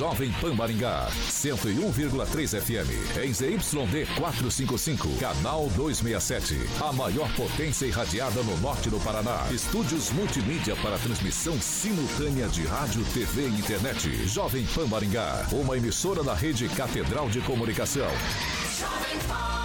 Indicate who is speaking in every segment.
Speaker 1: Jovem Pan Maringá, 101,3 FM. Em ZYD 455, canal 267. A maior potência irradiada no norte do Paraná. Estúdios multimídia para transmissão simultânea de rádio, TV e internet. Jovem Pan Maringá, uma emissora da rede Catedral de Comunicação. Jovem Pan.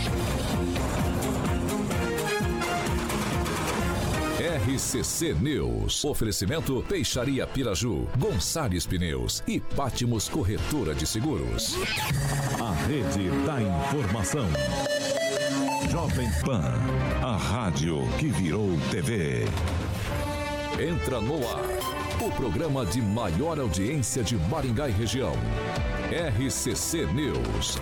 Speaker 1: RCC News. Oferecimento Peixaria Piraju, Gonçalves Pneus e Pátimos Corretora de Seguros. A rede da informação. Jovem Pan, a rádio que virou TV. Entra no ar, o programa de maior audiência de Maringá e região. RCC News.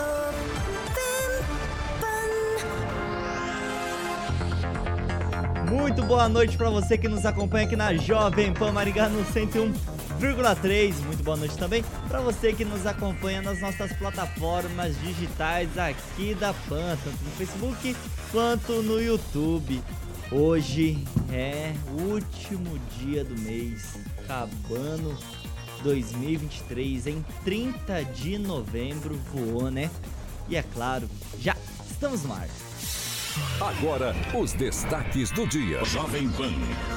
Speaker 2: Muito boa noite para você que nos acompanha aqui na Jovem Pan Maringá no 101,3. Muito boa noite também para você que nos acompanha nas nossas plataformas digitais aqui da Pan, tanto no Facebook quanto no YouTube. Hoje é o último dia do mês, acabando 2023, em 30 de novembro, voou, né? E é claro, já estamos no ar.
Speaker 1: Agora, os destaques do dia. Jovem Pan.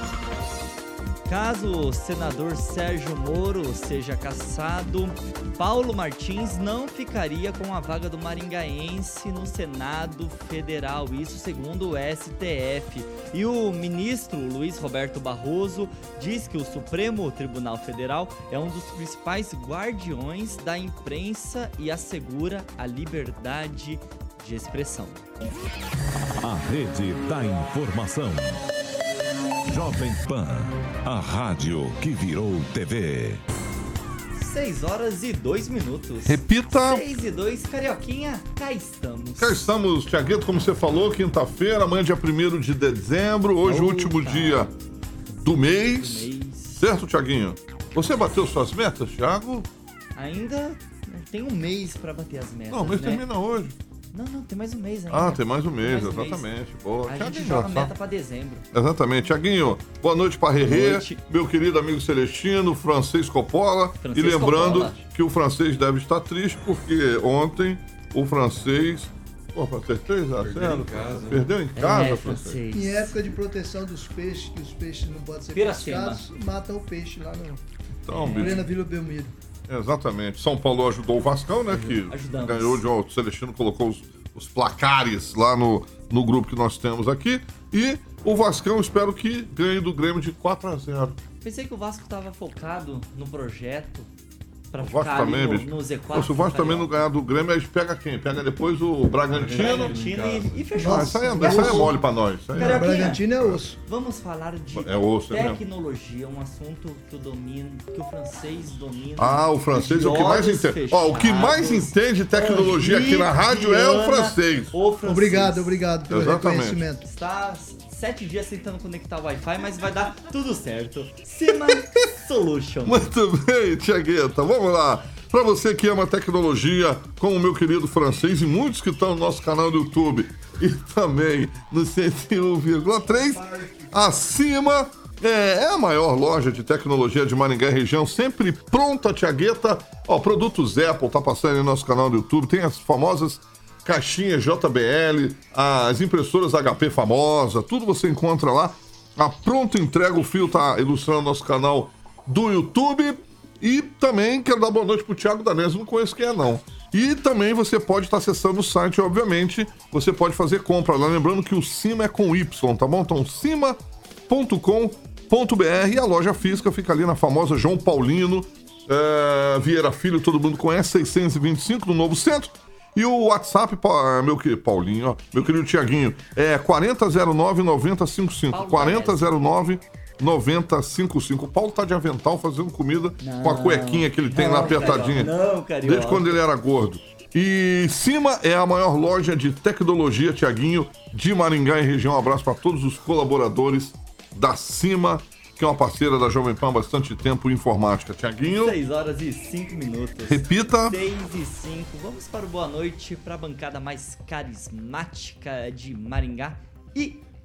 Speaker 2: Caso o senador Sérgio Moro seja cassado, Paulo Martins não ficaria com a vaga do maringaense no Senado Federal, isso segundo o STF. E o ministro Luiz Roberto Barroso diz que o Supremo Tribunal Federal é um dos principais guardiões da imprensa e assegura a liberdade de expressão.
Speaker 1: A rede da informação. Jovem Pan, a rádio que virou TV.
Speaker 2: 6h02.
Speaker 3: Repita.
Speaker 2: 6h02, Carioquinha, cá estamos.
Speaker 3: Cá estamos, Thiaguito, como você falou, quinta-feira, amanhã dia 1º de dezembro, hoje o último dia do mês. Certo, Thiaguinho? Você bateu suas metas, Thiago?
Speaker 2: Ainda tem um mês pra bater as metas.
Speaker 3: Não, o mês termina hoje.
Speaker 2: Não, tem mais um mês ainda.
Speaker 3: Ah, tem mais um mês, exatamente. Boa.
Speaker 2: A gente joga a meta pra dezembro.
Speaker 3: Exatamente. Thiaguinho, boa noite pra Rerê, meu querido amigo Celestino, francês Coppola. E lembrando que o francês deve estar triste, porque ontem o francês... Pô, francês 3-0. Perdeu em casa, francês.
Speaker 4: Em época de proteção dos peixes, que os peixes não podem ser pescados, matam o peixe lá no Plena Vila Belmiro.
Speaker 3: Exatamente. São Paulo ajudou o Vascão, né? Que ganhou, o Celestino colocou os placares lá no grupo que nós temos aqui. E o Vascão, espero que ganhe do Grêmio de 4-0.
Speaker 2: Pensei que o Vasco estava focado no projeto pra
Speaker 3: Vasco
Speaker 2: ficar
Speaker 3: também,
Speaker 2: ali no Z4.
Speaker 3: Se o Vasco também não ganhar do Grêmio, aí pega quem? Pega depois o Bragantino.
Speaker 2: E fechou.
Speaker 3: Isso aí é mole pra nós.
Speaker 4: O Bragantino é osso.
Speaker 2: Vamos falar de tecnologia, um assunto que o francês domina.
Speaker 3: Ah, o francês é o que mais entende. O que mais entende tecnologia aqui na rádio é o francês.
Speaker 4: Obrigado pelo reconhecimento.
Speaker 2: Está 7 dias tentando conectar o Wi-Fi, mas vai dar tudo certo. Cima Solution.
Speaker 3: Muito bem, Thiagueta. Vamos lá. Para você que ama tecnologia, como o meu querido francês e muitos que estão no nosso canal do YouTube e também no 101,3, acima é a maior loja de tecnologia de Maringá e região, sempre pronta, Thiagueta. Produtos Apple, tá passando aí no nosso canal do YouTube, tem as famosas caixinhas JBL, as impressoras HP famosa, tudo você encontra lá. A pronta entrega, o Fio tá ilustrando nosso canal do YouTube. E também quero dar boa noite pro Thiago Danese, não conheço quem é não. E também você pode estar acessando o site, obviamente, você pode fazer compra lá, lembrando que o Cima é com Y, tá bom? Então cima.com.br e a loja física fica ali na famosa João Paulino, Vieira Filho, todo mundo conhece, 625 no Novo Centro. E o WhatsApp, meu querido Paulinho, meu querido Thiaguinho, é 4009-9055. 4009-9055. O Paulo tá de avental fazendo comida com a cuequinha que ele tem lá apertadinha. Desde quando ele era gordo. E Cima é a maior loja de tecnologia, Thiaguinho, de Maringá e região. Um abraço para todos os colaboradores da Cima, que é uma parceira da Jovem Pan há bastante tempo em informática. Thiaguinho.
Speaker 2: 6h05.
Speaker 3: Repita.
Speaker 2: 6h05. Vamos para o boa noite para a bancada mais carismática de Maringá e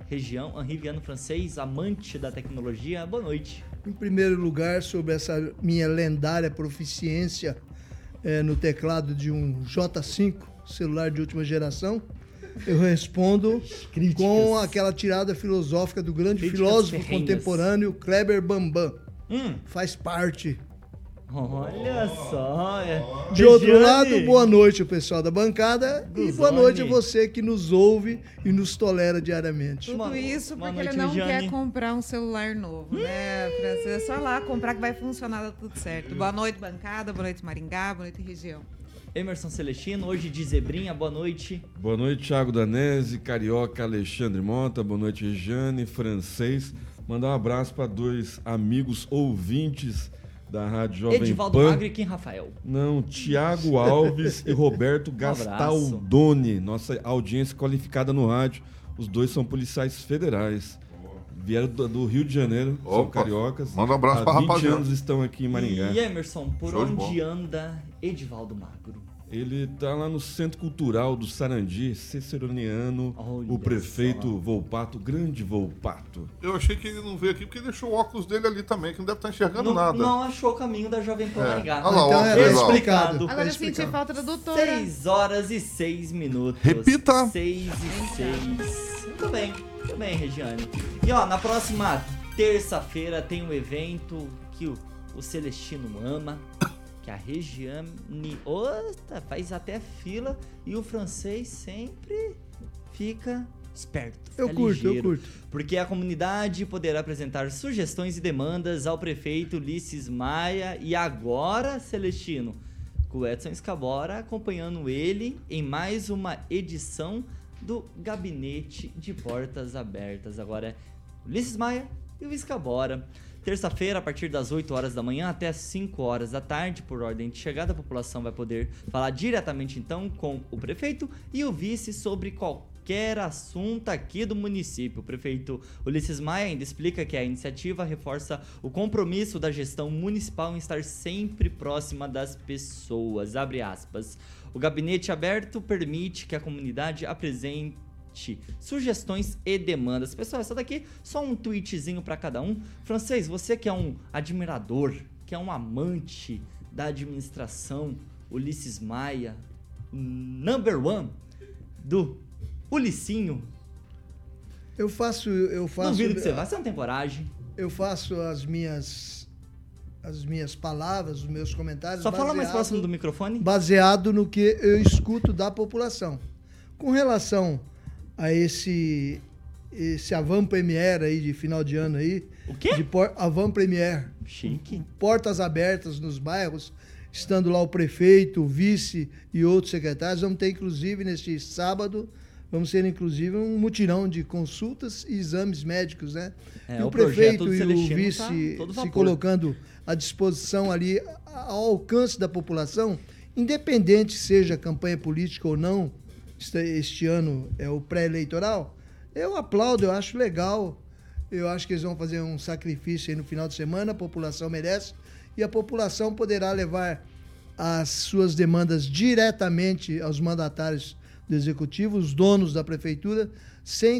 Speaker 2: região. Henri Viano Francês, amante da tecnologia, boa noite.
Speaker 4: Em primeiro lugar, sobre essa minha lendária proficiência no teclado de um J5, celular de última geração, eu respondo com aquela tirada filosófica do grande filósofo contemporâneo Kleber Bambam. Faz parte.
Speaker 2: Olha só.
Speaker 4: De outro lado, boa noite ao pessoal da bancada e boa noite a você que nos ouve e nos tolera diariamente.
Speaker 5: Tudo isso porque ele não quer comprar um celular novo, né, Francis? É só lá comprar que vai funcionar, tá tudo certo. Boa noite, bancada, boa noite, Maringá, boa noite, região.
Speaker 2: Emerson Celestino, hoje de Zebrinha, boa noite.
Speaker 6: Boa noite, Thiago Danese, Carioca, Alexandre Mota, boa noite, Regiane, Francês. Mandar um abraço para 2 amigos ouvintes da Rádio Jovem Pan.
Speaker 2: Edivaldo Magro e Kim Rafael.
Speaker 6: Não, Tiago Alves e Roberto Gastaldoni, nossa audiência qualificada no rádio. Os 2 são policiais federais. Vieram do Rio de Janeiro, são cariocas.
Speaker 3: Manda um abraço para a rapaziada.
Speaker 6: 20 anos estão aqui em Maringá.
Speaker 2: E Emerson, por onde anda Edivaldo Magro?
Speaker 6: Ele tá lá no Centro Cultural do Sarandi, Ciceroniano, o prefeito Volpato, grande Volpato.
Speaker 3: Eu achei que ele não veio aqui porque ele deixou o óculos dele ali também, que não deve estar enxergando nada.
Speaker 2: Não achou o caminho da Jovem Pan Maringá.
Speaker 3: Então
Speaker 2: é explicado.
Speaker 5: Agora eu senti falta da doutora.
Speaker 2: 6 horas e 6 minutos.
Speaker 3: Repita.
Speaker 2: 6 e 6. Muito bem, Regiane. E na próxima terça-feira tem um evento que o Celestino ama, que a Regiane faz até fila e o Francês sempre fica esperto.
Speaker 4: Eu curto.
Speaker 2: Porque a comunidade poderá apresentar sugestões e demandas ao prefeito Ulisses Maia e agora, Celestino, com o Edson Escabora acompanhando ele em mais uma edição do Gabinete de Portas Abertas. Agora é Ulisses Maia e o Escabora. Terça-feira, a partir das 8 horas da manhã até as 5 horas da tarde, por ordem de chegada, a população vai poder falar diretamente, então, com o prefeito e o vice sobre qualquer assunto aqui do município. O prefeito Ulisses Maia ainda explica que a iniciativa reforça o compromisso da gestão municipal em estar sempre próxima das pessoas. Abre aspas. O gabinete aberto permite que a comunidade apresente sugestões e demandas. Pessoal, essa daqui só um tweetzinho para cada um. Francês, você que é um admirador, que é um amante da administração Ulisses Maia, number one do Ulissinho.
Speaker 4: Eu faço.
Speaker 2: Duvido que você não tem coragem.
Speaker 4: Eu faço as minhas palavras, os meus comentários.
Speaker 2: Só fala mais próximo do microfone.
Speaker 4: Baseado no que eu escuto da população. Com relação a esse avant-première aí de final de ano aí.
Speaker 2: O quê?
Speaker 4: Avant-première.
Speaker 2: Chique.
Speaker 4: Portas abertas nos bairros, estando lá o prefeito, o vice e outros secretários. Vamos ter, inclusive, neste sábado, um mutirão de consultas e exames médicos, né?
Speaker 2: É,
Speaker 4: e o prefeito e o vice se colocando à disposição ali, ao alcance da população, independente seja campanha política ou não. Este ano é o pré-eleitoral, eu aplaudo, eu acho legal, eu acho que eles vão fazer um sacrifício aí no final de semana, a população merece, e a população poderá levar as suas demandas diretamente aos mandatários do Executivo, os donos da Prefeitura, sem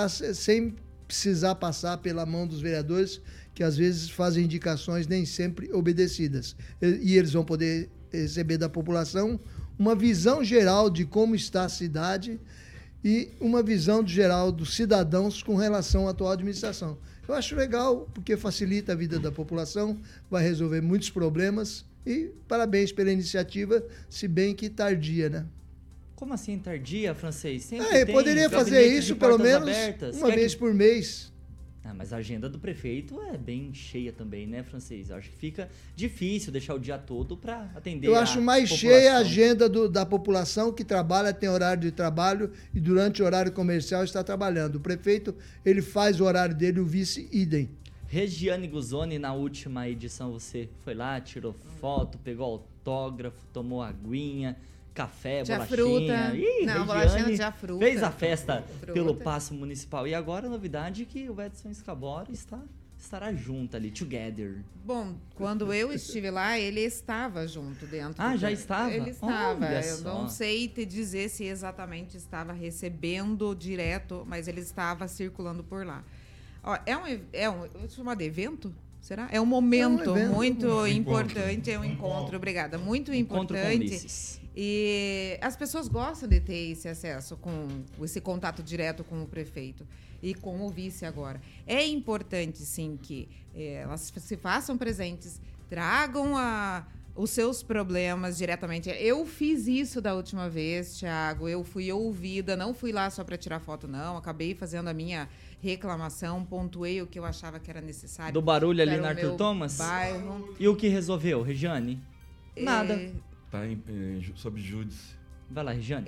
Speaker 4: precisar passar pela mão dos vereadores, que às vezes fazem indicações nem sempre obedecidas. E eles vão poder receber da população uma visão geral de como está a cidade e uma visão geral dos cidadãos com relação à atual administração. Eu acho legal, porque facilita a vida da população, vai resolver muitos problemas e parabéns pela iniciativa, se bem que tardia, né?
Speaker 2: Como assim tardia, Francês? Sempre
Speaker 4: poderia fazer isso pelo menos uma vez por mês.
Speaker 2: Mas a agenda do prefeito é bem cheia também, né, Francês? Eu acho que fica difícil deixar o dia todo para atender.
Speaker 4: Eu acho mais cheia a agenda da população que trabalha, tem horário de trabalho e durante o horário comercial está trabalhando. O prefeito, ele faz o horário dele, o vice idem.
Speaker 2: Regiane Guzoni, na última edição você foi lá, tirou foto, pegou autógrafo, tomou aguinha, café, bolachinha.
Speaker 5: Bolachinha de fruta.
Speaker 2: Fez a festa pelo Paço Municipal. E agora a novidade é que o Edson Escabora está estará junto ali, together?
Speaker 5: Bom, quando eu estive lá, ele estava junto dentro.
Speaker 2: Já estava?
Speaker 5: Ele estava. Eu não sei te dizer se exatamente estava recebendo direto, mas ele estava circulando por lá. Ó, vou chamar de evento? Será? É um momento muito importante, é um encontro, obrigada, muito importante. E as pessoas gostam de ter esse acesso, com esse contato direto com o prefeito e com o vice agora. É importante, sim, que elas se façam presentes, tragam os seus problemas diretamente. Eu fiz isso da última vez, Thiago, eu fui ouvida, não fui lá só para tirar foto, não, acabei fazendo a minha reclamação, pontuei o que eu achava que era necessário.
Speaker 2: Do barulho ali na Arthur Thomas?
Speaker 5: Bairro.
Speaker 2: E o que resolveu, Regiane? Nada.
Speaker 6: Tá sob júdice.
Speaker 2: Vai lá, Regiane.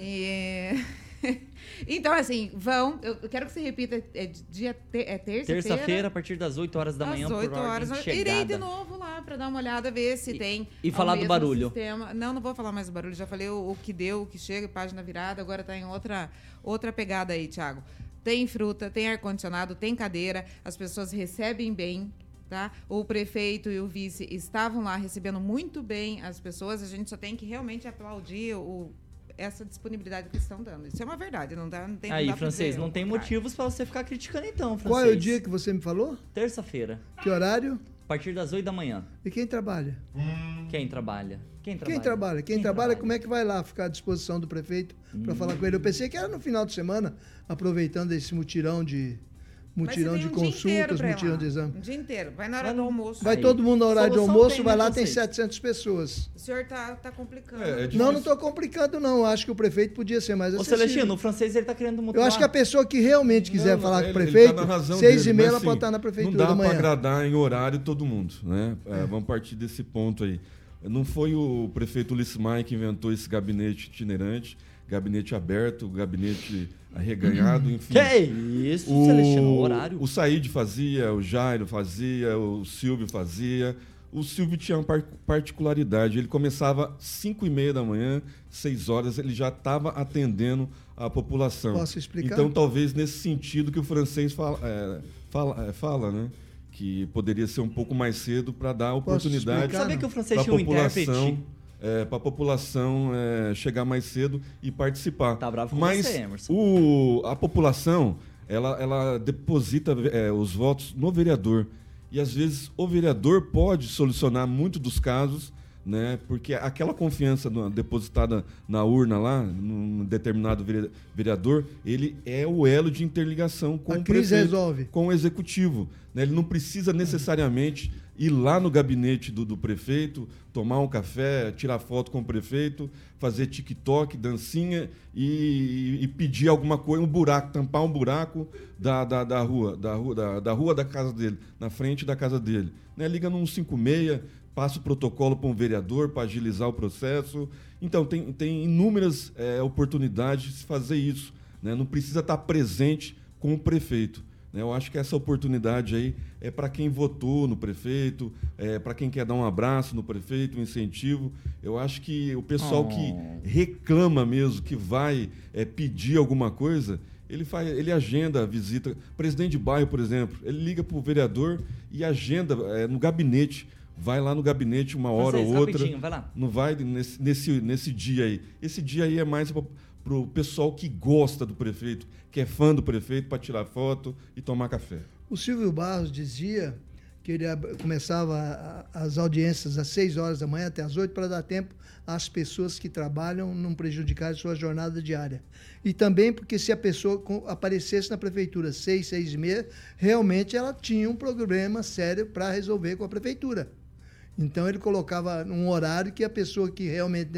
Speaker 5: Então, assim, eu quero que você repita, terça-feira?
Speaker 2: Terça-feira, a partir das 8 horas da manhã,
Speaker 5: às 8 horas. Irei de novo lá para dar uma olhada, ver se tem...
Speaker 2: E falar do barulho.
Speaker 5: Sistema. Não vou falar mais do barulho, já falei o que deu, o que chega, página virada, agora tá em outra pegada aí, Thiago. Tem fruta, tem ar-condicionado, tem cadeira, as pessoas recebem bem, tá? O prefeito e o vice estavam lá recebendo muito bem as pessoas, a gente só tem que realmente aplaudir essa disponibilidade que estão dando. Isso é uma verdade, não tem...
Speaker 2: Aí, Francês, não tem motivos para você ficar criticando então, Francês.
Speaker 4: Qual é o dia que você me falou?
Speaker 2: Terça-feira.
Speaker 4: Que horário?
Speaker 2: A partir das 8 da manhã.
Speaker 4: E quem trabalha?
Speaker 2: Quem trabalha?
Speaker 4: Quem trabalha, como é que vai lá ficar à disposição do prefeito para falar com ele? Eu pensei que era no final de semana, aproveitando esse mutirão de consultas, mutirão de exame.
Speaker 5: Um dia inteiro, vai na hora do almoço.
Speaker 4: Vai todo mundo na hora do almoço, vai lá, tem 700 pessoas.
Speaker 5: O senhor tá complicando.
Speaker 4: Não estou complicando, não. Acho que o prefeito podia ser mais acessível.
Speaker 2: Ô, Celestino, o Francês ele tá querendo mutar.
Speaker 4: Eu acho que a pessoa que realmente quiser falar com o prefeito, 6h30 ela pode estar na prefeitura da manhã.
Speaker 6: Não dá para agradar em horário todo mundo, né? Vamos partir desse ponto aí. Não foi o prefeito Ulisses Maia que inventou esse gabinete itinerante, gabinete aberto, gabinete arreganhado, enfim.
Speaker 2: Que isso, Celestino, horário.
Speaker 6: O Said fazia, o Jairo fazia, o Silvio fazia. O Silvio tinha uma particularidade, ele começava às 5h30 da manhã, 6 horas, ele já estava atendendo a população.
Speaker 4: Posso explicar?
Speaker 6: Então, talvez nesse sentido que o Francês fala, né? Que poderia ser um pouco mais cedo para dar oportunidade
Speaker 2: para
Speaker 6: a população chegar mais cedo e participar.
Speaker 2: Tá bravo com
Speaker 6: Mas
Speaker 2: você, Emerson.
Speaker 6: A população ela deposita os votos no vereador e às vezes o vereador pode solucionar muito dos casos, né? Porque aquela confiança depositada na urna lá, num determinado vereador, ele é o elo de interligação com o prefeito, com o executivo. Né? Ele não precisa necessariamente ir lá no gabinete do prefeito, tomar um café, tirar foto com o prefeito, fazer TikTok, dancinha e pedir alguma coisa, tampar um buraco da rua da casa dele, na frente da casa dele. Né? Liga no 156, passa o protocolo para um vereador para agilizar o processo. Então, tem inúmeras oportunidades de se fazer isso. Né? Não precisa estar presente com o prefeito. Né? Eu acho que essa oportunidade aí é para quem votou no prefeito, para quem quer dar um abraço no prefeito, um incentivo. Eu acho que o pessoal que reclama mesmo, que vai pedir alguma coisa, ele agenda a visita. Presidente de bairro, por exemplo, ele liga para o vereador e agenda no gabinete. Vai lá no gabinete uma hora ou outra.
Speaker 2: Vai lá.
Speaker 6: Não vai nesse dia aí. Esse dia aí é mais para o pessoal que gosta do prefeito, que é fã do prefeito, para tirar foto e tomar café.
Speaker 4: O Silvio Barros dizia que ele começava as audiências às 6 horas da manhã até às 8 para dar tempo às pessoas que trabalham não prejudicarem sua jornada diária. E também porque se a pessoa aparecesse na prefeitura às 6, 6h30, realmente ela tinha um problema sério para resolver com a prefeitura. Então ele colocava um horário que a pessoa que realmente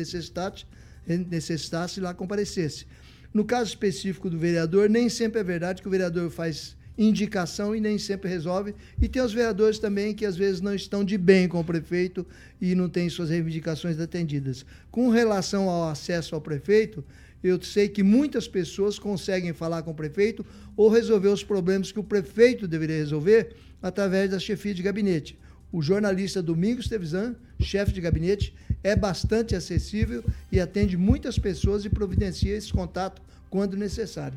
Speaker 4: necessitasse lá comparecesse. No caso específico do vereador, nem sempre é verdade que o vereador faz indicação e nem sempre resolve. E tem os vereadores também que às vezes não estão de bem com o prefeito e não têm suas reivindicações atendidas. Com relação ao acesso ao prefeito, eu sei que muitas pessoas conseguem falar com o prefeito ou resolver os problemas que o prefeito deveria resolver através da chefia de gabinete. O jornalista Domingos Trevisan, chefe de gabinete, é bastante acessível e atende muitas pessoas e providencia esse contato quando necessário.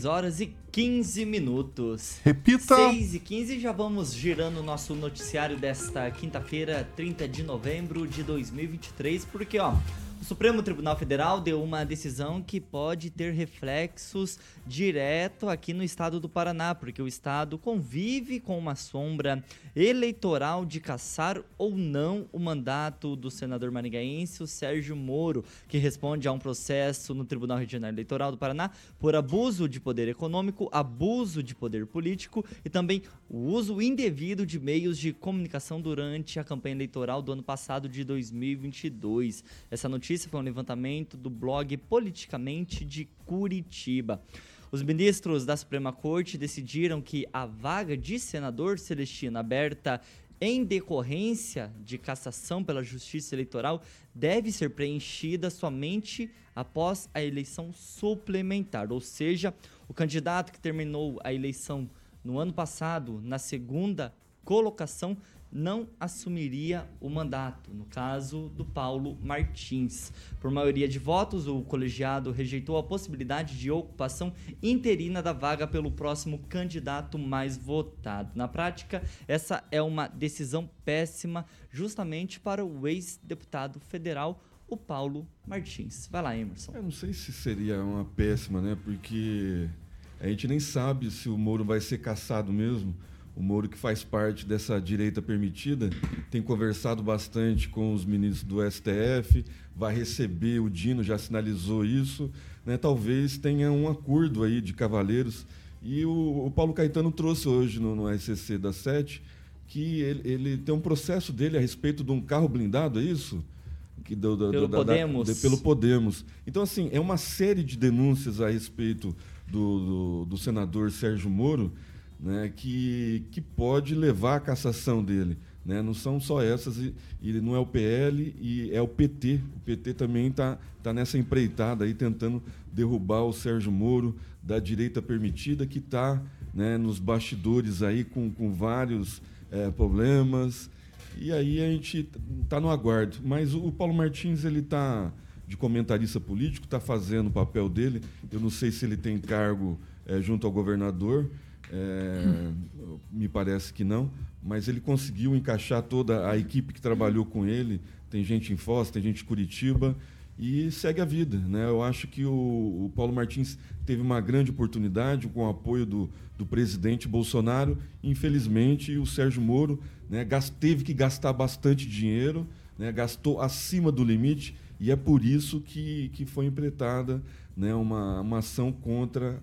Speaker 2: 6h15.
Speaker 3: Repita.
Speaker 2: 6h15, já vamos girando o nosso noticiário desta quinta-feira, 30 de novembro de 2023, porque, o Supremo Tribunal Federal deu uma decisão que pode ter reflexos direto aqui no estado do Paraná, porque o estado convive com uma sombra eleitoral de cassar ou não o mandato do senador maringaense, o Sérgio Moro, que responde a um processo no Tribunal Regional Eleitoral do Paraná por abuso de poder econômico, abuso de poder político e também o uso indevido de meios de comunicação durante a campanha eleitoral do ano passado de 2022. Essa notícia foi um levantamento do blog Politicamente de Curitiba. Os ministros da Suprema Corte decidiram que a vaga de senador Celestino aberta em decorrência de cassação pela Justiça Eleitoral deve ser preenchida somente após a eleição suplementar, ou seja, o candidato que terminou a eleição no ano passado na segunda colocação não assumiria o mandato, no caso do Paulo Martins. Por maioria de votos, o colegiado rejeitou a possibilidade de ocupação interina da vaga pelo próximo candidato mais votado. Na prática, essa é uma decisão péssima justamente para o ex-deputado federal, o Paulo Martins. Vai lá, Emerson.
Speaker 6: Eu não sei se seria uma péssima, né? Porque a gente nem sabe se o Moro vai ser cassado mesmo. O Moro, que faz parte dessa direita permitida, tem conversado bastante com os ministros do STF, vai receber, o Dino já sinalizou isso, né? Talvez tenha um acordo aí de cavaleiros. E o Paulo Caetano trouxe hoje no SCC da 7 que ele tem um processo dele a respeito de um carro blindado, é isso? Pelo Podemos. Então, assim, é uma série de denúncias a respeito do senador Sérgio Moro, né, que pode levar à cassação dele, né? Não são só essas, e não é o PL, e é o PT. O PT também está nessa empreitada aí, tentando derrubar o Sérgio Moro da direita permitida, que está, né, nos bastidores aí com vários problemas. E aí a gente está no aguardo. Mas o Paulo Martins, ele está de comentarista político, está fazendo o papel dele. Eu não sei se ele tem cargo junto ao governador, me parece que não, mas ele conseguiu encaixar toda a equipe que trabalhou com ele. Tem gente em Foz, tem gente em Curitiba, e segue a vida, né? Eu acho que o Paulo Martins teve uma grande oportunidade com o apoio do presidente Bolsonaro. Infelizmente, o Sérgio Moro, né, teve que gastar bastante dinheiro, né, gastou acima do limite, e é por isso que foi empreitada, né, uma ação contra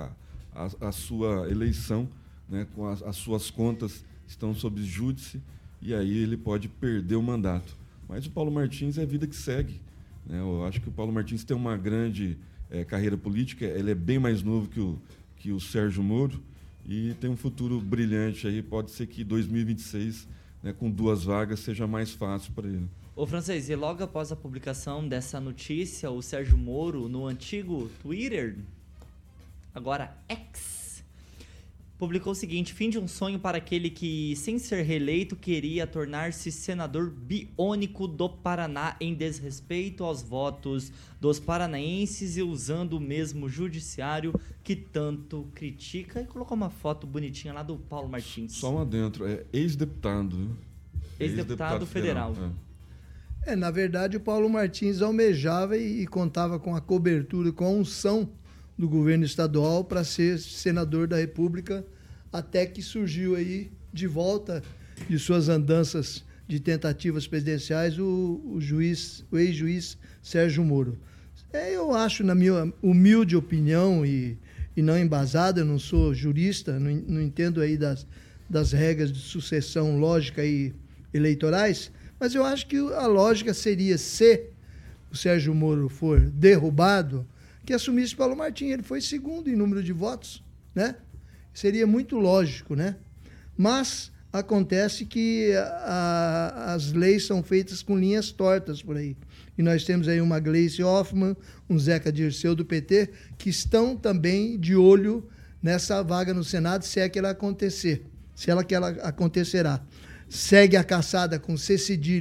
Speaker 6: a sua eleição, né, com as suas contas estão sob júdice, e aí ele pode perder o mandato. Mas o Paulo Martins é a vida que segue, né? Eu acho que o Paulo Martins tem uma grande carreira política, ele é bem mais novo que o Sérgio Moro, e tem um futuro brilhante aí. Pode ser que 2026, né, com 2 vagas, seja mais fácil para ele.
Speaker 2: Ô, Francês, e logo após a publicação dessa notícia, o Sérgio Moro, no antigo Twitter, agora X, publicou o seguinte: fim de um sonho para aquele que, sem ser reeleito, queria tornar-se senador biônico do Paraná em desrespeito aos votos dos paranaenses e usando o mesmo judiciário que tanto critica. E colocou uma foto bonitinha lá do Paulo Martins.
Speaker 6: Só um adentro, é ex-deputado.
Speaker 2: Ex-deputado federal.
Speaker 4: Na verdade, o Paulo Martins almejava e contava com a cobertura, com a unção do governo estadual para ser senador da República, até que surgiu aí de volta de suas andanças de tentativas presidenciais o ex-juiz Sérgio Moro. Eu acho, na minha humilde opinião e não embasada, eu não sou jurista, não entendo aí das regras de sucessão lógica e eleitorais, mas eu acho que a lógica seria, se o Sérgio Moro for derrubado, que assumisse Paulo Martins. Ele foi segundo em número de votos, né? Seria muito lógico, né? Mas acontece que as leis são feitas com linhas tortas por aí. E nós temos aí uma Gleice Hoffmann, um Zeca Dirceu do PT, que estão também de olho nessa vaga no Senado, se é que ela acontecer, se ela acontecerá. Segue a caçada com C cedilha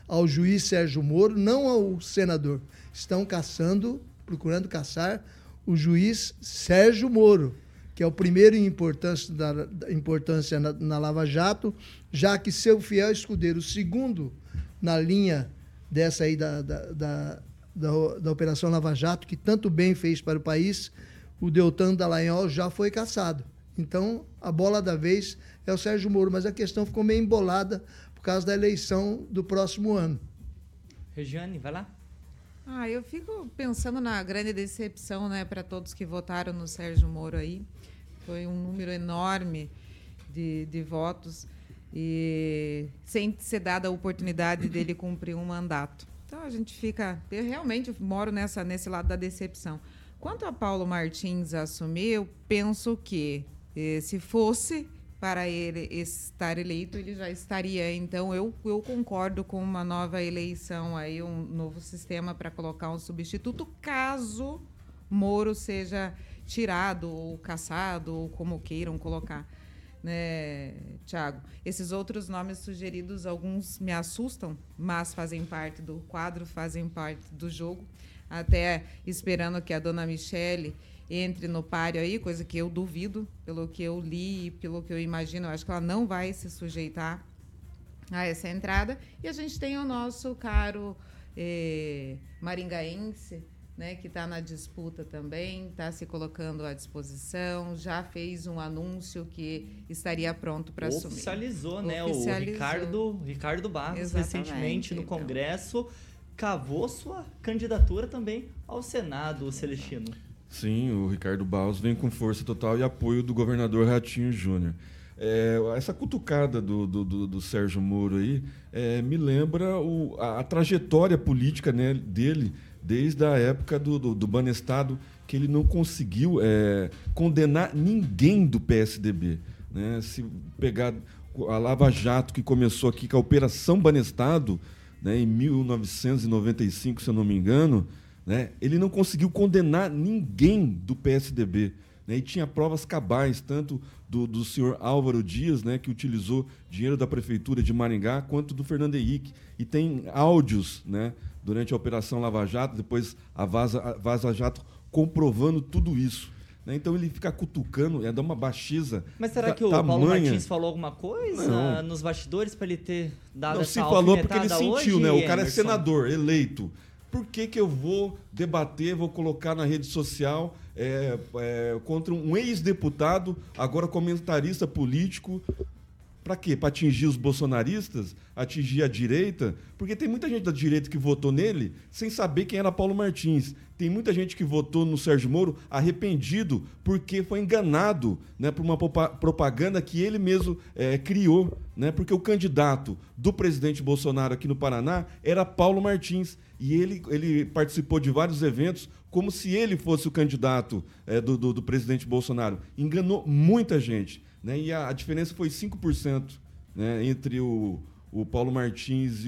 Speaker 4: ao juiz Sérgio Moro, não ao senador. Estão procurando caçar o juiz Sérgio Moro, que é o primeiro em importância na Lava Jato, já que seu fiel escudeiro, o segundo na linha dessa aí da Operação Lava Jato, que tanto bem fez para o país, o Deltan Dallagnol já foi cassado. Então, a bola da vez é o Sérgio Moro, mas a questão ficou meio embolada por causa da eleição do próximo ano.
Speaker 2: Regiane, vai lá.
Speaker 5: Eu fico pensando na grande decepção, né, para todos que votaram no Sérgio Moro aí. Foi um número enorme de votos e sem ser dada a oportunidade dele cumprir um mandato. Então, a gente fica... Eu realmente moro nesse lado da decepção. Quanto a Paulo Martins assumir, eu penso que se fosse para ele estar eleito, ele já estaria. Então, eu concordo com uma nova eleição, aí, um novo sistema para colocar um substituto, caso Moro seja tirado ou cassado, ou como queiram colocar, né, Thiago? Esses outros nomes sugeridos, alguns me assustam, mas fazem parte do quadro, fazem parte do jogo. Até esperando que a dona Michele entre no páreo aí, coisa que eu duvido, pelo que eu li e pelo que eu imagino. Eu acho que ela não vai se sujeitar a essa entrada. E a gente tem o nosso caro maringaense, né, que está na disputa também, está se colocando à disposição, já fez um anúncio que estaria pronto para assumir.
Speaker 2: Oficializou, né? O Ricardo Barros, exatamente, recentemente no Congresso, cavou sua candidatura também ao Senado, Celestino.
Speaker 6: Sim, o Ricardo Barros vem com força total e apoio do governador Ratinho Júnior. Essa cutucada do Sérgio Moro aí me lembra a trajetória política, né, dele desde a época do Banestado, que ele não conseguiu condenar ninguém do PSDB. Né? Se pegar a Lava Jato, que começou aqui com a Operação Banestado, né, em 1995, se eu não me engano, né, ele não conseguiu condenar ninguém do PSDB. Né, e tinha provas cabais, tanto do senhor Álvaro Dias, né, que utilizou dinheiro da Prefeitura de Maringá, quanto do Fernando Henrique. E tem áudios, né, durante a Operação Lava Jato, depois a Vaza Jato, comprovando tudo isso. Né? Então ele fica cutucando, dá uma baixeza.
Speaker 2: Mas será que o Paulo Martins falou alguma coisa nos bastidores para ele ter dado essa alfinetada?
Speaker 6: Não se falou porque ele sentiu,
Speaker 2: hoje,
Speaker 6: né? O cara
Speaker 2: Emerson?
Speaker 6: É senador, eleito. Por que eu vou debater, vou colocar na rede social contra um ex-deputado, agora comentarista político? Para quê? Para atingir os bolsonaristas? Atingir a direita? Porque tem muita gente da direita que votou nele sem saber quem era Paulo Martins. Tem muita gente que votou no Sérgio Moro arrependido porque foi enganado, né, por uma propaganda que ele mesmo criou. Né, porque o candidato do presidente Bolsonaro aqui no Paraná era Paulo Martins. E ele participou de vários eventos como se ele fosse o candidato do presidente Bolsonaro. Enganou muita gente. Né, e a diferença foi 5%, né, entre o Paulo Martins e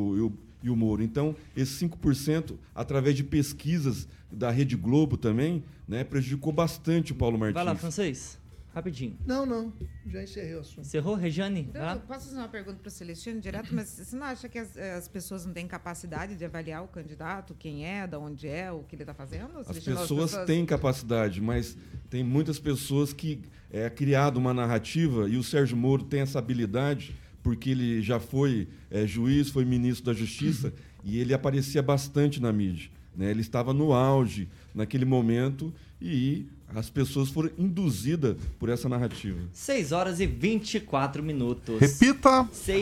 Speaker 6: o Moro. Então, esse 5%, através de pesquisas da Rede Globo também, né, prejudicou bastante o Paulo Martins.
Speaker 2: Vai lá, Francês. Rapidinho.
Speaker 4: Não. Já encerrei o assunto.
Speaker 2: Encerrou, Regiane?
Speaker 5: Eu posso fazer uma pergunta para o Celestino direto, mas você não acha que as pessoas não têm capacidade de avaliar o candidato, quem é, de onde é, o que ele está fazendo?
Speaker 6: As pessoas têm capacidade, mas tem muitas pessoas que criado uma narrativa, e o Sérgio Moro tem essa habilidade, porque ele já foi juiz, foi ministro da Justiça, e ele aparecia bastante na mídia. Né? Ele estava no auge naquele momento e as pessoas foram induzidas por essa narrativa.
Speaker 2: 6 horas e 24 minutos.
Speaker 3: Repita!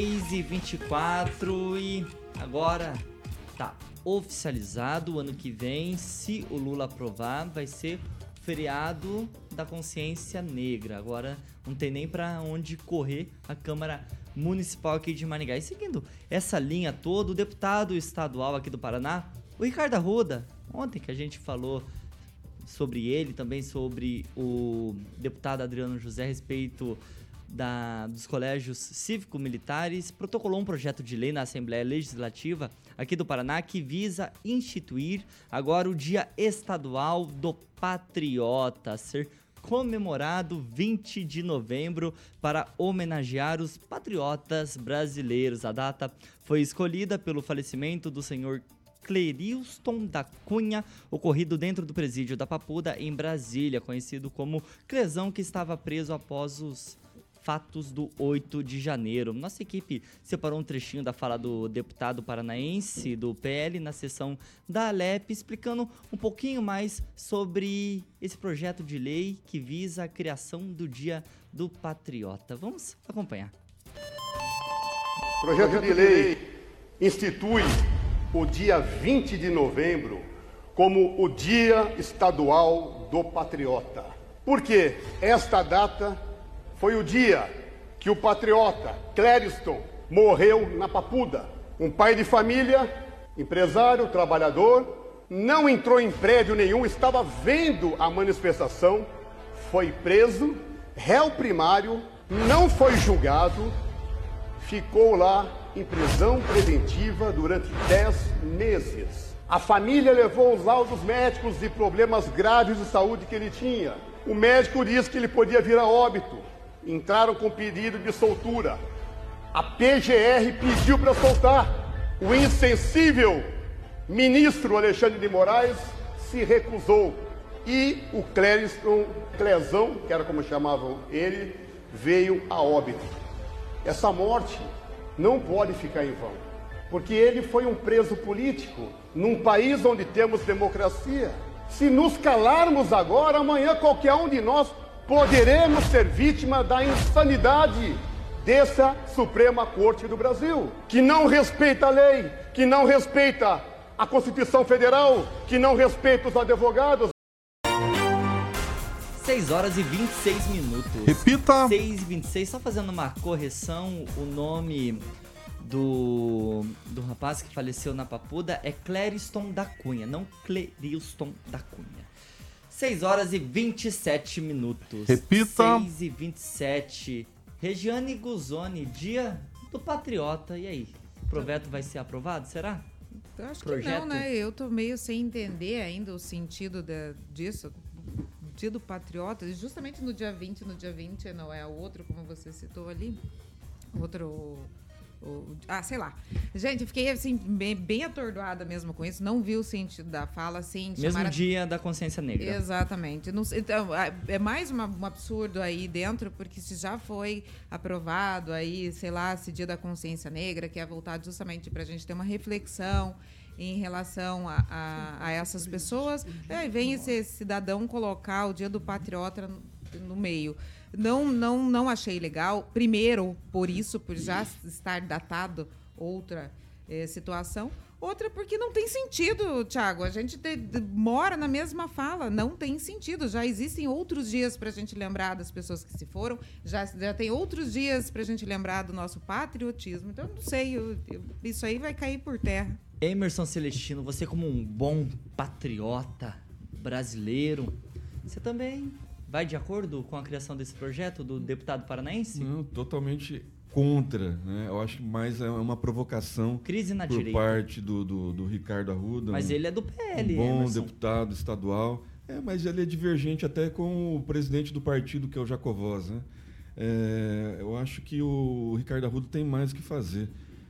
Speaker 2: 6h24 e agora tá oficializado. O ano que vem, se o Lula aprovar, vai ser feriado da consciência negra. Agora não tem nem para onde correr a Câmara Municipal aqui de Maringá. E seguindo essa linha toda, o deputado estadual aqui do Paraná, o Ricardo Arruda, ontem que a gente falou sobre ele, também sobre o deputado Adriano José a respeito dos colégios cívico-militares, protocolou um projeto de lei na Assembleia Legislativa aqui do Paraná que visa instituir agora o Dia Estadual do Patriota, a ser comemorado 20 de novembro para homenagear os patriotas brasileiros. A data foi escolhida pelo falecimento do senhor Cleriston da Cunha, ocorrido dentro do presídio da Papuda, em Brasília, conhecido como Clesão, que estava preso após os fatos do 8 de janeiro. Nossa equipe separou um trechinho da fala do deputado paranaense do PL na sessão da Alep, explicando um pouquinho mais sobre esse projeto de lei que visa a criação do Dia do Patriota. Vamos acompanhar.
Speaker 7: O projeto de lei institui o dia 20 de novembro como o Dia Estadual do Patriota. Porque esta data foi o dia que o patriota Cleriston morreu na Papuda. Um pai de família, empresário, trabalhador, não entrou em prédio nenhum, estava vendo a manifestação, foi preso, réu primário, não foi julgado, ficou lá em prisão preventiva durante 10 meses. A família levou os laudos médicos de problemas graves de saúde que ele tinha. O médico disse que ele podia vir a óbito. Entraram com pedido de soltura. A PGR pediu para soltar. O insensível ministro Alexandre de Moraes se recusou. E o Clesão, que era como chamavam ele, veio a óbito. Essa morte não pode ficar em vão, porque ele foi um preso político num país onde temos democracia. Se nos calarmos agora, amanhã qualquer um de nós poderemos ser vítima da insanidade dessa Suprema Corte do Brasil, que não respeita a lei, que não respeita a Constituição Federal, que não respeita os advogados.
Speaker 2: 6 horas e 26 minutos.
Speaker 3: Repita.
Speaker 2: 6h26, só fazendo uma correção, o nome do rapaz que faleceu na Papuda é Cleriston da Cunha, não Cleriston da Cunha. 6 horas e 27 minutos.
Speaker 3: Repita.
Speaker 2: 6h27. Regiane Guzoni, Dia do Patriota. E aí? O projeto vai ser aprovado, será?
Speaker 5: Eu acho que não, né? Eu tô meio sem entender ainda o sentido disso. Dia do Patriota, justamente no dia 20, não é o outro, como você citou ali. Sei lá. Gente, eu fiquei assim, bem atordoada mesmo com isso. Não vi o sentido da fala, assim.
Speaker 2: Mesmo dia da consciência negra.
Speaker 5: Exatamente. Então, é mais um absurdo aí dentro, porque se já foi aprovado aí, sei lá, esse dia da consciência negra, que é voltado justamente para a gente ter uma reflexão em relação a essas pessoas, aí vem esse cidadão colocar o Dia do Patriota no meio. Não achei legal. Primeiro, por já estar datado outra situação. Outra, porque não tem sentido, Thiago. A gente mora na mesma fala. Não tem sentido. Já existem outros dias para a gente lembrar das pessoas que se foram. Já tem outros dias para a gente lembrar do nosso patriotismo. Então, não sei. Isso aí vai cair por terra.
Speaker 2: Emerson Celestino, você como um bom patriota brasileiro, você também vai de acordo com a criação desse projeto do deputado paranaense?
Speaker 6: Não, totalmente contra, né? Eu acho que mais é uma provocação
Speaker 2: crise na
Speaker 6: por
Speaker 2: direita.
Speaker 6: Parte do Ricardo Arruda.
Speaker 2: Mas ele é do PL,
Speaker 6: um bom
Speaker 2: Emerson.
Speaker 6: deputado estadual. Mas ele é divergente até com o presidente do partido, que é o Jacovós, né? Eu acho que o Ricardo Arruda tem mais o que fazer.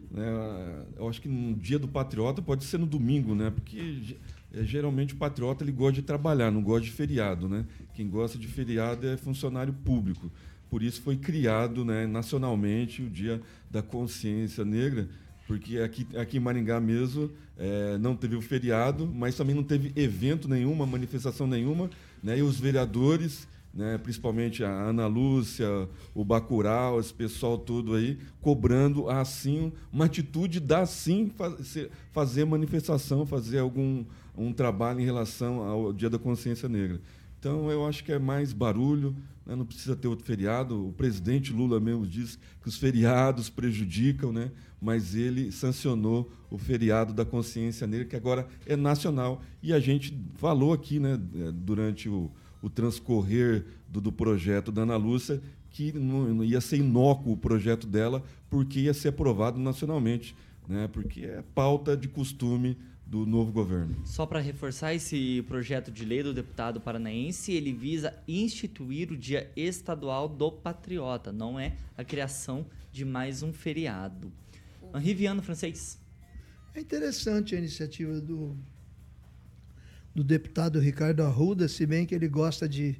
Speaker 6: Eu acho que no Dia do Patriota pode ser no domingo, né? Porque geralmente o patriota ele gosta de trabalhar, não gosta de feriado, né? Quem gosta de feriado é funcionário público. Por isso foi criado, né, nacionalmente o Dia da Consciência Negra, porque aqui em Maringá mesmo não teve o feriado, mas também não teve evento nenhuma, manifestação nenhuma, né? E os vereadores, né, principalmente a Ana Lúcia, o Bacurau, esse pessoal todo aí, cobrando assim uma atitude da sim fazer manifestação, fazer um trabalho em relação ao Dia da Consciência Negra. Então, eu acho que é mais barulho, né, não precisa ter outro feriado. O presidente Lula mesmo disse que os feriados prejudicam, né, mas ele sancionou o feriado da Consciência Negra, que agora é nacional. E a gente falou aqui, né, durante o transcorrer do projeto da Ana Lúcia, que não ia ser inócuo o projeto dela, porque ia ser aprovado nacionalmente, né? Porque é pauta de costume do novo governo.
Speaker 2: Só para reforçar, esse projeto de lei do deputado paranaense, ele visa instituir o Dia Estadual do Patriota, não é a criação de mais um feriado. Henri Viana, francês.
Speaker 4: É interessante a iniciativa do deputado Ricardo Arruda, se bem que ele goste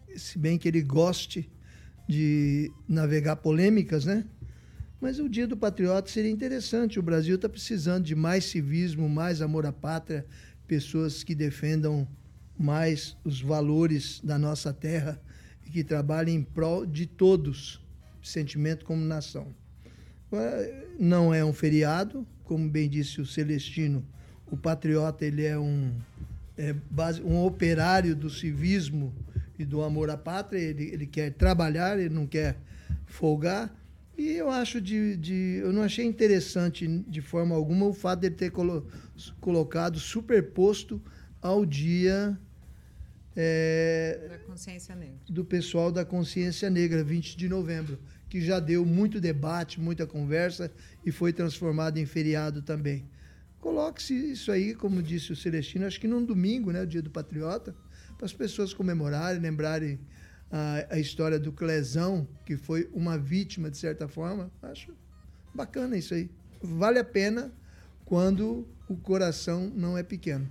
Speaker 4: de navegar polêmicas, né? Mas o Dia do Patriota seria interessante. O Brasil está precisando de mais civismo, mais amor à pátria, pessoas que defendam mais os valores da nossa terra e que trabalhem em prol de todos, sentimento como nação. Não é um feriado, como bem disse o Celestino, o patriota ele é um operário do civismo e do amor à pátria, ele quer trabalhar, ele não quer folgar. E eu acho eu não achei interessante de forma alguma o fato de ele ter colocado superposto ao dia
Speaker 5: da consciência negra.
Speaker 4: Do pessoal da consciência negra, 20 de novembro, que já deu muito debate, muita conversa e foi transformado em feriado também. Coloque-se isso aí, como disse o Celestino, acho que num domingo, né, o Dia do Patriota, para as pessoas comemorarem, lembrarem a história do Clezão, que foi uma vítima, de certa forma. Acho bacana isso aí. Vale a pena quando o coração não é pequeno.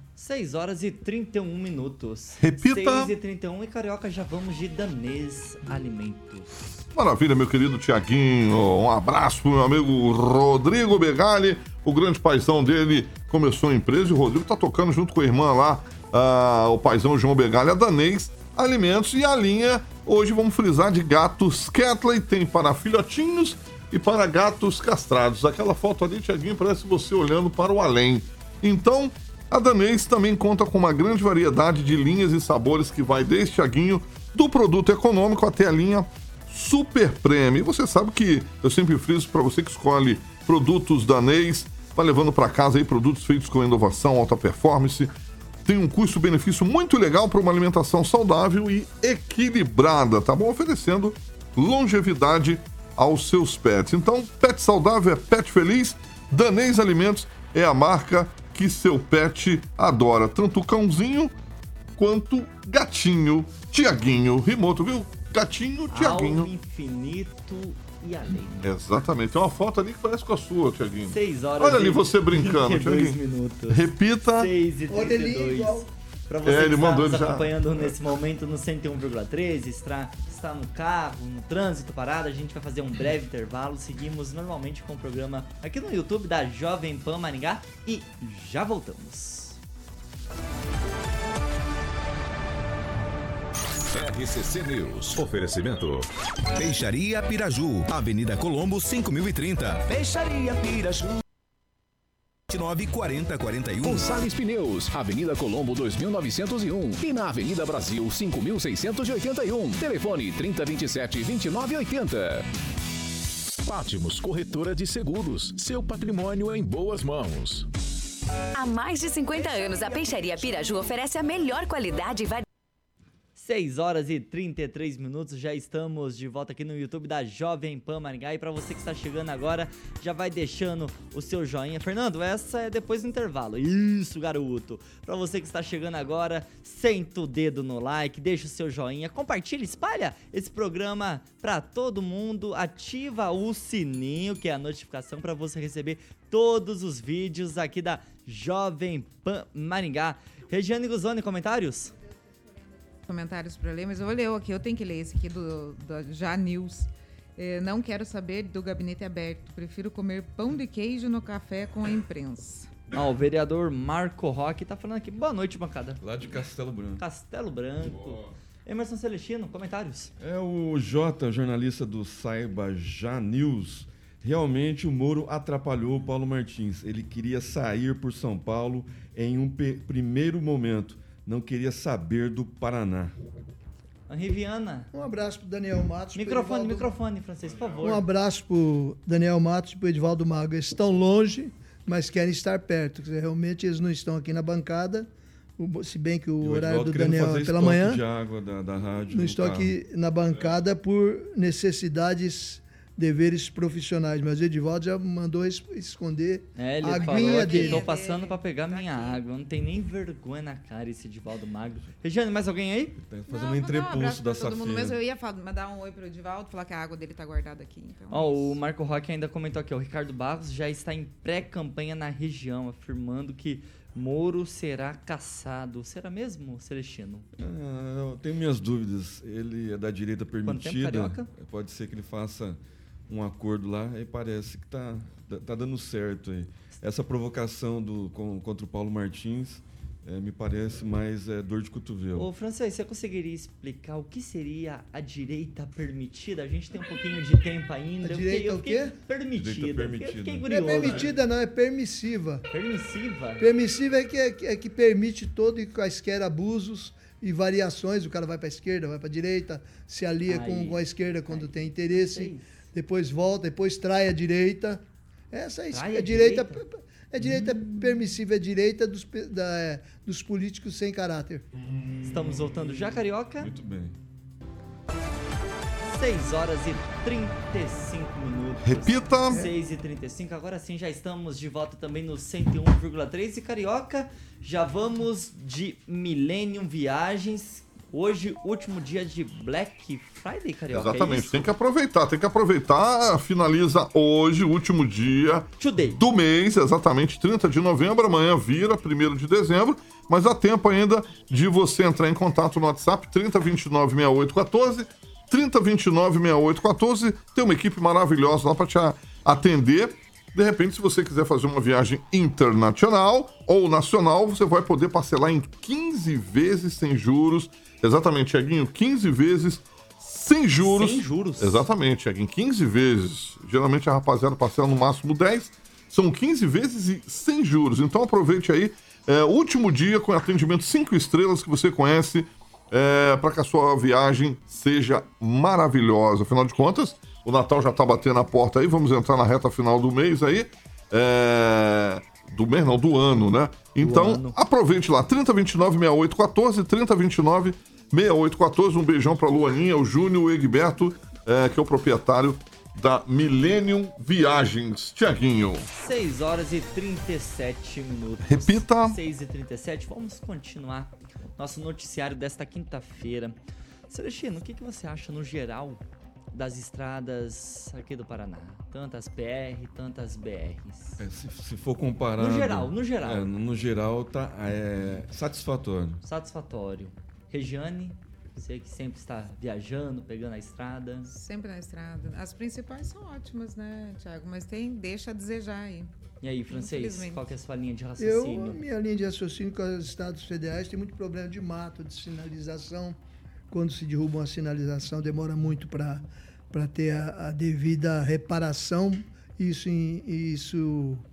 Speaker 2: 6h31.
Speaker 3: Repita.
Speaker 2: 6h31 e Carioca, já vamos de Danês Alimentos.
Speaker 3: Maravilha, meu querido Tiaguinho. Um abraço pro meu amigo Rodrigo Begali. O grande paizão dele começou a empresa e o Rodrigo tá tocando junto com a irmã lá, o paizão João Begali, a Danês Alimentos. E a linha, hoje vamos frisar, de gatos Catley, tem para filhotinhos e para gatos castrados. Aquela foto ali, Tiaguinho, parece você olhando para o além. Então, a Danês também conta com uma grande variedade de linhas e sabores que vai desde, Tiaguinho, do produto econômico até a linha Super Premium. E você sabe que eu sempre friso para você que escolhe produtos Danês, vai levando para casa aí produtos feitos com inovação, alta performance. Tem um custo-benefício muito legal para uma alimentação saudável e equilibrada, tá bom? Oferecendo longevidade aos seus pets. Então, pet saudável é pet feliz. Danês Alimentos é a marca que seu pet adora. Tanto o cãozinho quanto gatinho. Tiaguinho Rimoto, viu? Gatinho, Tiaguinho.
Speaker 2: Ao infinito e além.
Speaker 3: Exatamente. Tem uma foto ali que parece com a sua, Tiaguinho.
Speaker 2: 6h.
Speaker 3: Olha ali você brincando, Tiaguinho. Repita.
Speaker 2: 6h32. Para você que está nos acompanhando nesse momento no 101,3, está no carro, no trânsito parado, a gente vai fazer um breve intervalo. Seguimos normalmente com o programa aqui no YouTube da Jovem Pan Maringá e já voltamos.
Speaker 1: RCC News. Oferecimento.
Speaker 8: Peixaria Piraju. Avenida Colombo, 5030.
Speaker 9: Peixaria Piraju.
Speaker 8: 294041.
Speaker 9: Gonçalves Pneus, Avenida Colombo 2901 e na Avenida Brasil 5681. Telefone 3027-2980. Patmos Corretora de Seguros, seu patrimônio em boas mãos.
Speaker 10: Há mais de 50 anos, a Peixaria Piraju oferece a melhor qualidade e variedade.
Speaker 2: 6h33, já estamos de volta aqui no YouTube da Jovem Pan Maringá. E para você que está chegando agora, já vai deixando o seu joinha. Fernando, essa é depois do intervalo. Isso, garoto. Para você que está chegando agora, senta o dedo no like, deixa o seu joinha, compartilha, espalha esse programa para todo mundo, ativa o sininho, que é a notificação para você receber todos os vídeos aqui da Jovem Pan Maringá. Regiane Guzoni, comentários?
Speaker 5: Comentários para ler, mas eu vou ler aqui, eu tenho que ler esse aqui do Já News. Não quero saber do gabinete aberto, prefiro comer pão de queijo no café com a imprensa.
Speaker 2: O vereador Marco Roque tá falando aqui. Boa noite, bancada.
Speaker 6: Lá de Castelo Branco.
Speaker 2: Castelo Branco. Boa. Emerson Celestino, comentários?
Speaker 6: O Jota, jornalista do Saiba Já News. Realmente o Moro atrapalhou o Paulo Martins. Ele queria sair por São Paulo em um primeiro momento. Não queria saber do Paraná.
Speaker 2: Henri Viana.
Speaker 4: Um abraço pro Daniel Matos.
Speaker 2: Microfone, Francês, por favor.
Speaker 4: Um abraço pro Daniel Matos e pro Edivaldo Mago. Eles estão longe, mas querem estar perto. Realmente eles não estão aqui na bancada, se bem que o horário do Daniel é pela manhã.
Speaker 6: De água da rádio,
Speaker 4: não estou aqui na bancada por necessidades deveres profissionais. Mas o Edivaldo já mandou esconder
Speaker 2: ele
Speaker 4: a
Speaker 2: aguinha
Speaker 4: dele.
Speaker 2: Tô passando para pegar minha água. Não tem nem vergonha na cara esse Edivaldo magro. Regiane, mais alguém aí?
Speaker 6: Tá fazendo um entrepulso da Safira.
Speaker 5: Mesmo, eu ia mandar um oi pro Edivaldo, falar que a água dele tá guardada aqui. Então
Speaker 2: o Marco Roque ainda comentou aqui, o Ricardo Barros já está em pré-campanha na região, afirmando que Moro será caçado. Será mesmo, Celestino?
Speaker 6: Eu tenho minhas dúvidas. Ele é da direita permitida.
Speaker 2: Carioca?
Speaker 6: Pode ser que ele faça um acordo lá e parece que tá dando certo aí. Essa provocação contra o Paulo Martins me parece mais dor de cotovelo.
Speaker 2: Ô, Francês, você conseguiria explicar o que seria a direita permitida? A gente tem um pouquinho de tempo ainda.
Speaker 4: A direita o quê?
Speaker 2: Permitida.
Speaker 6: Eu
Speaker 2: fiquei
Speaker 4: curioso. Não é permitida, não, é permissiva.
Speaker 2: Permissiva?
Speaker 4: Permissiva é que permite todo e quaisquer abusos e variações. O cara vai para a esquerda, vai para a direita, se alia com a esquerda quando tem interesse, depois volta, depois trai a direita. Essa é a direita. É direita permissiva, é direita dos políticos sem caráter.
Speaker 2: Estamos voltando já, Carioca?
Speaker 6: Muito bem.
Speaker 2: 6 horas e 35 minutos.
Speaker 3: Repita.
Speaker 2: 6h35. Agora sim, já estamos de volta também no 101,3. E Carioca, já vamos de Millennium Viagens. Hoje, último dia de Black Friday, Carioca.
Speaker 3: Exatamente, tem que aproveitar. Finaliza hoje, último dia do mês, exatamente 30 de novembro. Amanhã vira 1º de dezembro, mas há tempo ainda de você entrar em contato no WhatsApp 3029-6814. 3029-6814. Tem uma equipe maravilhosa lá para te atender. De repente, se você quiser fazer uma viagem internacional ou nacional, você vai poder parcelar em 15 vezes sem juros. Exatamente, Thiaguinho, 15 vezes sem juros.
Speaker 2: Sem juros?
Speaker 3: Exatamente, Thiaguinho, 15 vezes. Geralmente a rapaziada parcela no máximo 10. São 15 vezes e sem juros. Então aproveite aí, último dia com atendimento 5 estrelas que você conhece, para que a sua viagem seja maravilhosa. Afinal de contas, o Natal já tá batendo a porta aí, vamos entrar na reta final do mês aí. Do ano, né? Então, aproveite lá, 3029-6814, 3029-6814. Um beijão pra Luaninha, o Júnior, o Egberto, que é o proprietário da Millennium Viagens. Tiaguinho.
Speaker 2: 6 horas e 37 minutos.
Speaker 3: Repita.
Speaker 2: 6h37, vamos continuar nosso noticiário desta quinta-feira. Celestino, o que você acha no geral das estradas aqui do Paraná? Tantas PR, tantas BRs.
Speaker 6: Se for comparado...
Speaker 2: No geral.
Speaker 6: No geral tá satisfatório.
Speaker 2: Satisfatório. Regiane, você que sempre está viajando, pegando a estrada.
Speaker 5: Sempre na estrada. As principais são ótimas, né, Thiago? Mas deixa a desejar aí.
Speaker 2: E aí, Francês, qual que é a sua linha de raciocínio?
Speaker 4: Minha linha de raciocínio com os estados federais tem muito problema de mato, de sinalização. Quando se derruba uma sinalização, demora muito para ter a devida reparação. Isso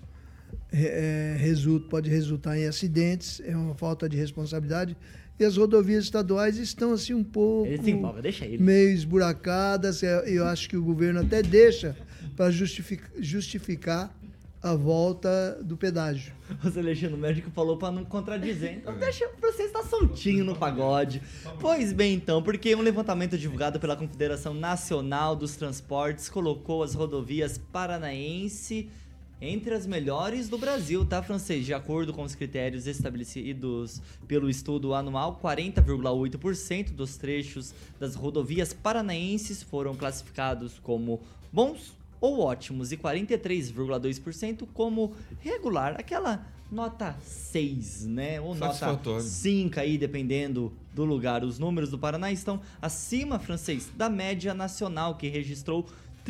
Speaker 4: pode resultar em acidentes, é uma falta de responsabilidade. E as rodovias estaduais estão assim um pouco meio esburacadas. Eu acho que o governo até deixa para justificar a volta do pedágio.
Speaker 2: O Celestino, o médico falou para não contradizer. Então deixa você estar soltinho no pagode. Pois bem, então, porque um levantamento divulgado pela Confederação Nacional dos Transportes colocou as rodovias paranaense entre as melhores do Brasil, tá, Francês? De acordo com os critérios estabelecidos pelo estudo anual, 40,8% dos trechos das rodovias paranaenses foram classificados como bons ou ótimos e 43,2% como regular, aquela nota 6, né? Ou nota 5 aí, dependendo do lugar. Os números do Paraná estão acima, Francês, da média nacional, que registrou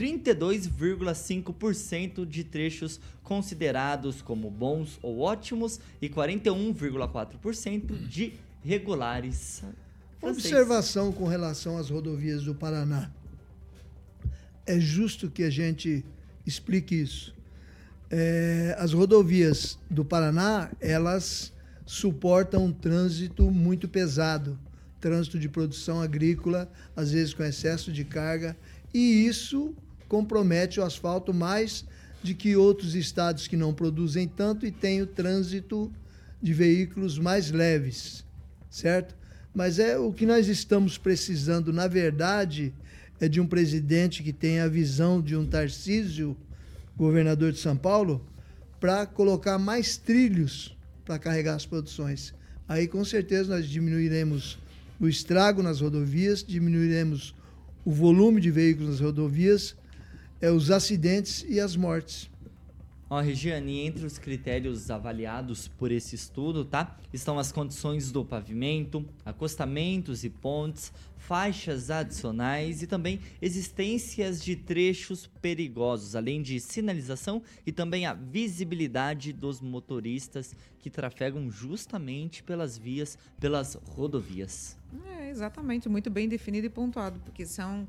Speaker 2: 32,5% de trechos considerados como bons ou ótimos e 41,4% de regulares.
Speaker 4: Francês. Observação com relação às rodovias do Paraná. É justo que a gente explique isso. As rodovias do Paraná, elas suportam um trânsito muito pesado, trânsito de produção agrícola, às vezes com excesso de carga, e isso compromete o asfalto mais de que outros estados que não produzem tanto e têm o trânsito de veículos mais leves, certo? Mas o que nós estamos precisando, na verdade, é de um presidente que tem a visão de um Tarcísio, governador de São Paulo, para colocar mais trilhos para carregar as produções. Aí, com certeza, nós diminuiremos o estrago nas rodovias, diminuiremos o volume de veículos nas rodovias, os acidentes e as mortes.
Speaker 2: Regiane, entre os critérios avaliados por esse estudo, tá? Estão as condições do pavimento, acostamentos e pontes, faixas adicionais e também existências de trechos perigosos, além de sinalização e também a visibilidade dos motoristas que trafegam justamente pelas vias, pelas rodovias.
Speaker 5: Exatamente, muito bem definido e pontuado, porque são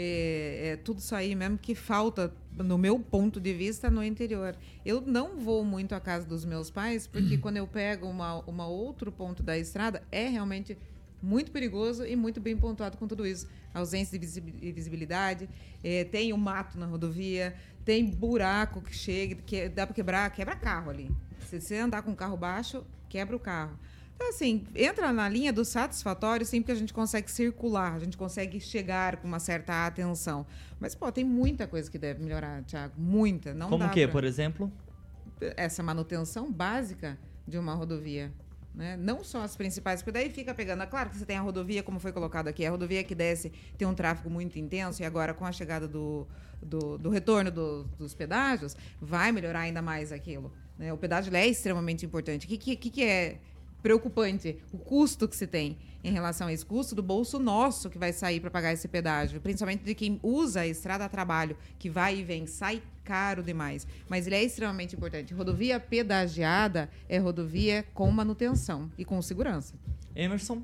Speaker 5: tudo isso aí mesmo que falta, no meu ponto de vista, no interior. Eu não vou muito à casa dos meus pais, porque quando eu pego uma outro ponto da estrada, é realmente muito perigoso e muito bem pontuado com tudo isso. Ausência de visibilidade, tem o mato na rodovia, tem buraco que chega, que dá para quebra carro ali. Se você andar com o carro baixo, quebra o carro. Então, assim, entra na linha do satisfatório sempre que a gente consegue circular, a gente consegue chegar com uma certa atenção. Mas, tem muita coisa que deve melhorar, Thiago, muita. Não
Speaker 2: Como o quê, por exemplo?
Speaker 5: Essa manutenção básica de uma rodovia. Né? Não só as principais, porque daí fica pegando. Claro que você tem a rodovia, como foi colocado aqui, a rodovia que desce tem um tráfego muito intenso e agora com a chegada do retorno dos pedágios, vai melhorar ainda mais aquilo. Né? O pedágio é extremamente importante. O que é preocupante? O custo que se tem em relação a esse custo do bolso nosso que vai sair para pagar esse pedágio, principalmente de quem usa a estrada a trabalho, que vai e vem, sai caro demais. Mas ele é extremamente importante. Rodovia pedagiada é rodovia com manutenção e com segurança.
Speaker 2: Emerson?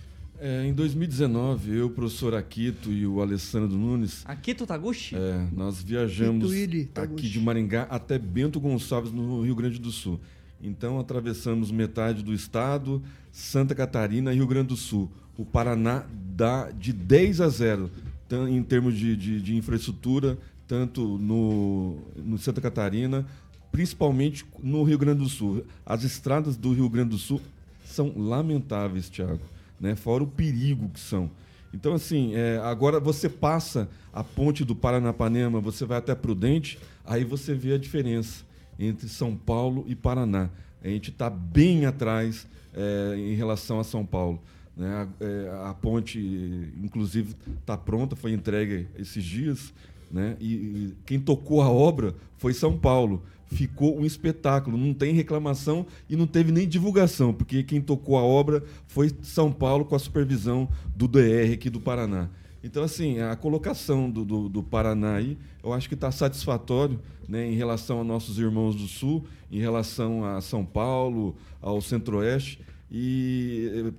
Speaker 6: Em 2019, eu, o professor Akito e o Alessandro Nunes...
Speaker 2: Akito Taguchi?
Speaker 6: Nós viajamos aqui de Maringá até Bento Gonçalves, no Rio Grande do Sul. Então, atravessamos metade do estado, Santa Catarina e Rio Grande do Sul. O Paraná dá de 10-0 em termos de infraestrutura, tanto no Santa Catarina, principalmente no Rio Grande do Sul. As estradas do Rio Grande do Sul são lamentáveis, Thiago, né? Fora o perigo que são. Então, assim, agora você passa a ponte do Paranapanema, você vai até Prudente, aí você vê a diferença entre São Paulo e Paraná. A gente está bem atrás em relação a São Paulo. Né? A ponte, inclusive, está pronta, foi entregue esses dias. Né? E quem tocou a obra foi São Paulo. Ficou um espetáculo, não tem reclamação e não teve nem divulgação, porque quem tocou a obra foi São Paulo com a supervisão do DR aqui do Paraná. Então, assim, a colocação do Paraná aí, eu acho que está satisfatório, né, em relação a nossos irmãos do Sul, em relação a São Paulo, ao Centro-Oeste, e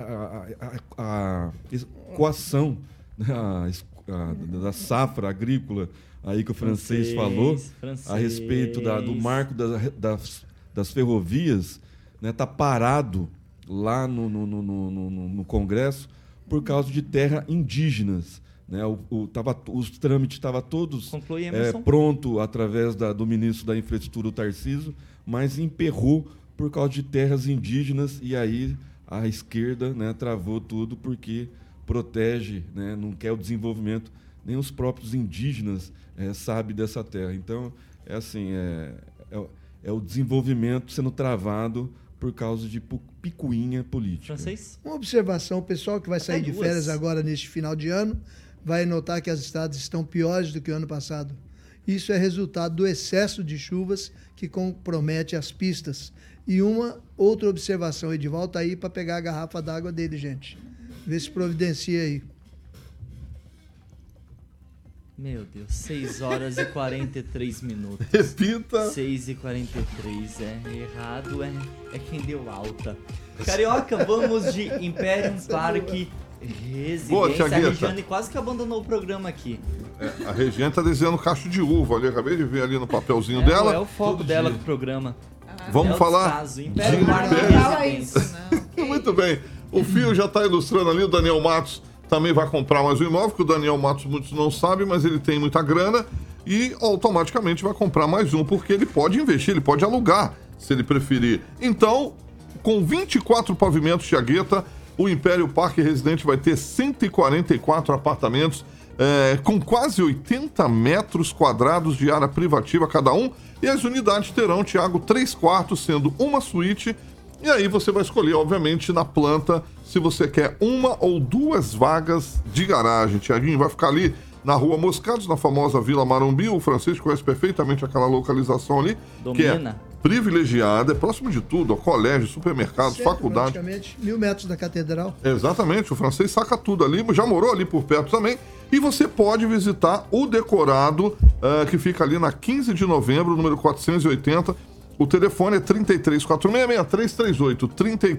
Speaker 6: a equação, né, da safra agrícola aí que o francês falou, a respeito do marco das ferrovias, né, tá parado lá no Congresso, por causa de terra indígenas. Né? Os trâmites estavam todos prontos através do ministro da Infraestrutura, o Tarcísio, mas emperrou por causa de terras indígenas, e aí a esquerda, né, travou tudo porque protege, né, não quer o desenvolvimento, nem os próprios indígenas sabem dessa terra. Então, é o desenvolvimento sendo travado por causa de picuinha política.
Speaker 2: Francês?
Speaker 4: Uma observação, o pessoal que vai sair de férias agora neste final de ano vai notar que as estradas estão piores do que o ano passado. Isso é resultado do excesso de chuvas que compromete as pistas. E uma outra observação, Edivaldo está aí para pegar a garrafa d'água dele, gente. Vê se providencia aí.
Speaker 2: Meu Deus, 6 horas e 43 minutos.
Speaker 3: Repita.
Speaker 2: 6h43, errado é quem deu alta. Carioca, vamos de Imperium Parque Residência. A Regiane quase que abandonou o programa aqui.
Speaker 3: A Regiane tá desenhando cacho de uva ali, acabei de ver ali no papelzinho dela.
Speaker 2: É o foco dela com o programa.
Speaker 3: Vamos falar
Speaker 2: de Imperium Parque Residência.
Speaker 3: Muito bem, o Fio já está ilustrando ali, o Daniel Matos também vai comprar mais um imóvel, que o Daniel Matos muitos não sabem, mas ele tem muita grana e automaticamente vai comprar mais um, porque ele pode investir, ele pode alugar, se ele preferir. Então, com 24 pavimentos de Agueta, o Império Parque Residente vai ter 144 apartamentos com quase 80 metros quadrados de área privativa cada um, e as unidades terão, Tiago, 3 quartos, sendo uma suíte, e aí você vai escolher, obviamente, na planta, se você quer 1 ou 2 vagas de garagem. Tiaguinho, vai ficar ali na Rua Moscados, na famosa Vila Marumbi. O Francisco conhece perfeitamente aquela localização ali, que é privilegiada, é próximo de tudo, ó, colégio, supermercados, faculdade.
Speaker 4: Praticamente 1.000 metros da catedral.
Speaker 3: Exatamente, o francês saca tudo ali, já morou ali por perto também. E você pode visitar o decorado, que fica ali na 15 de novembro, número 480. O telefone é 3346-6338,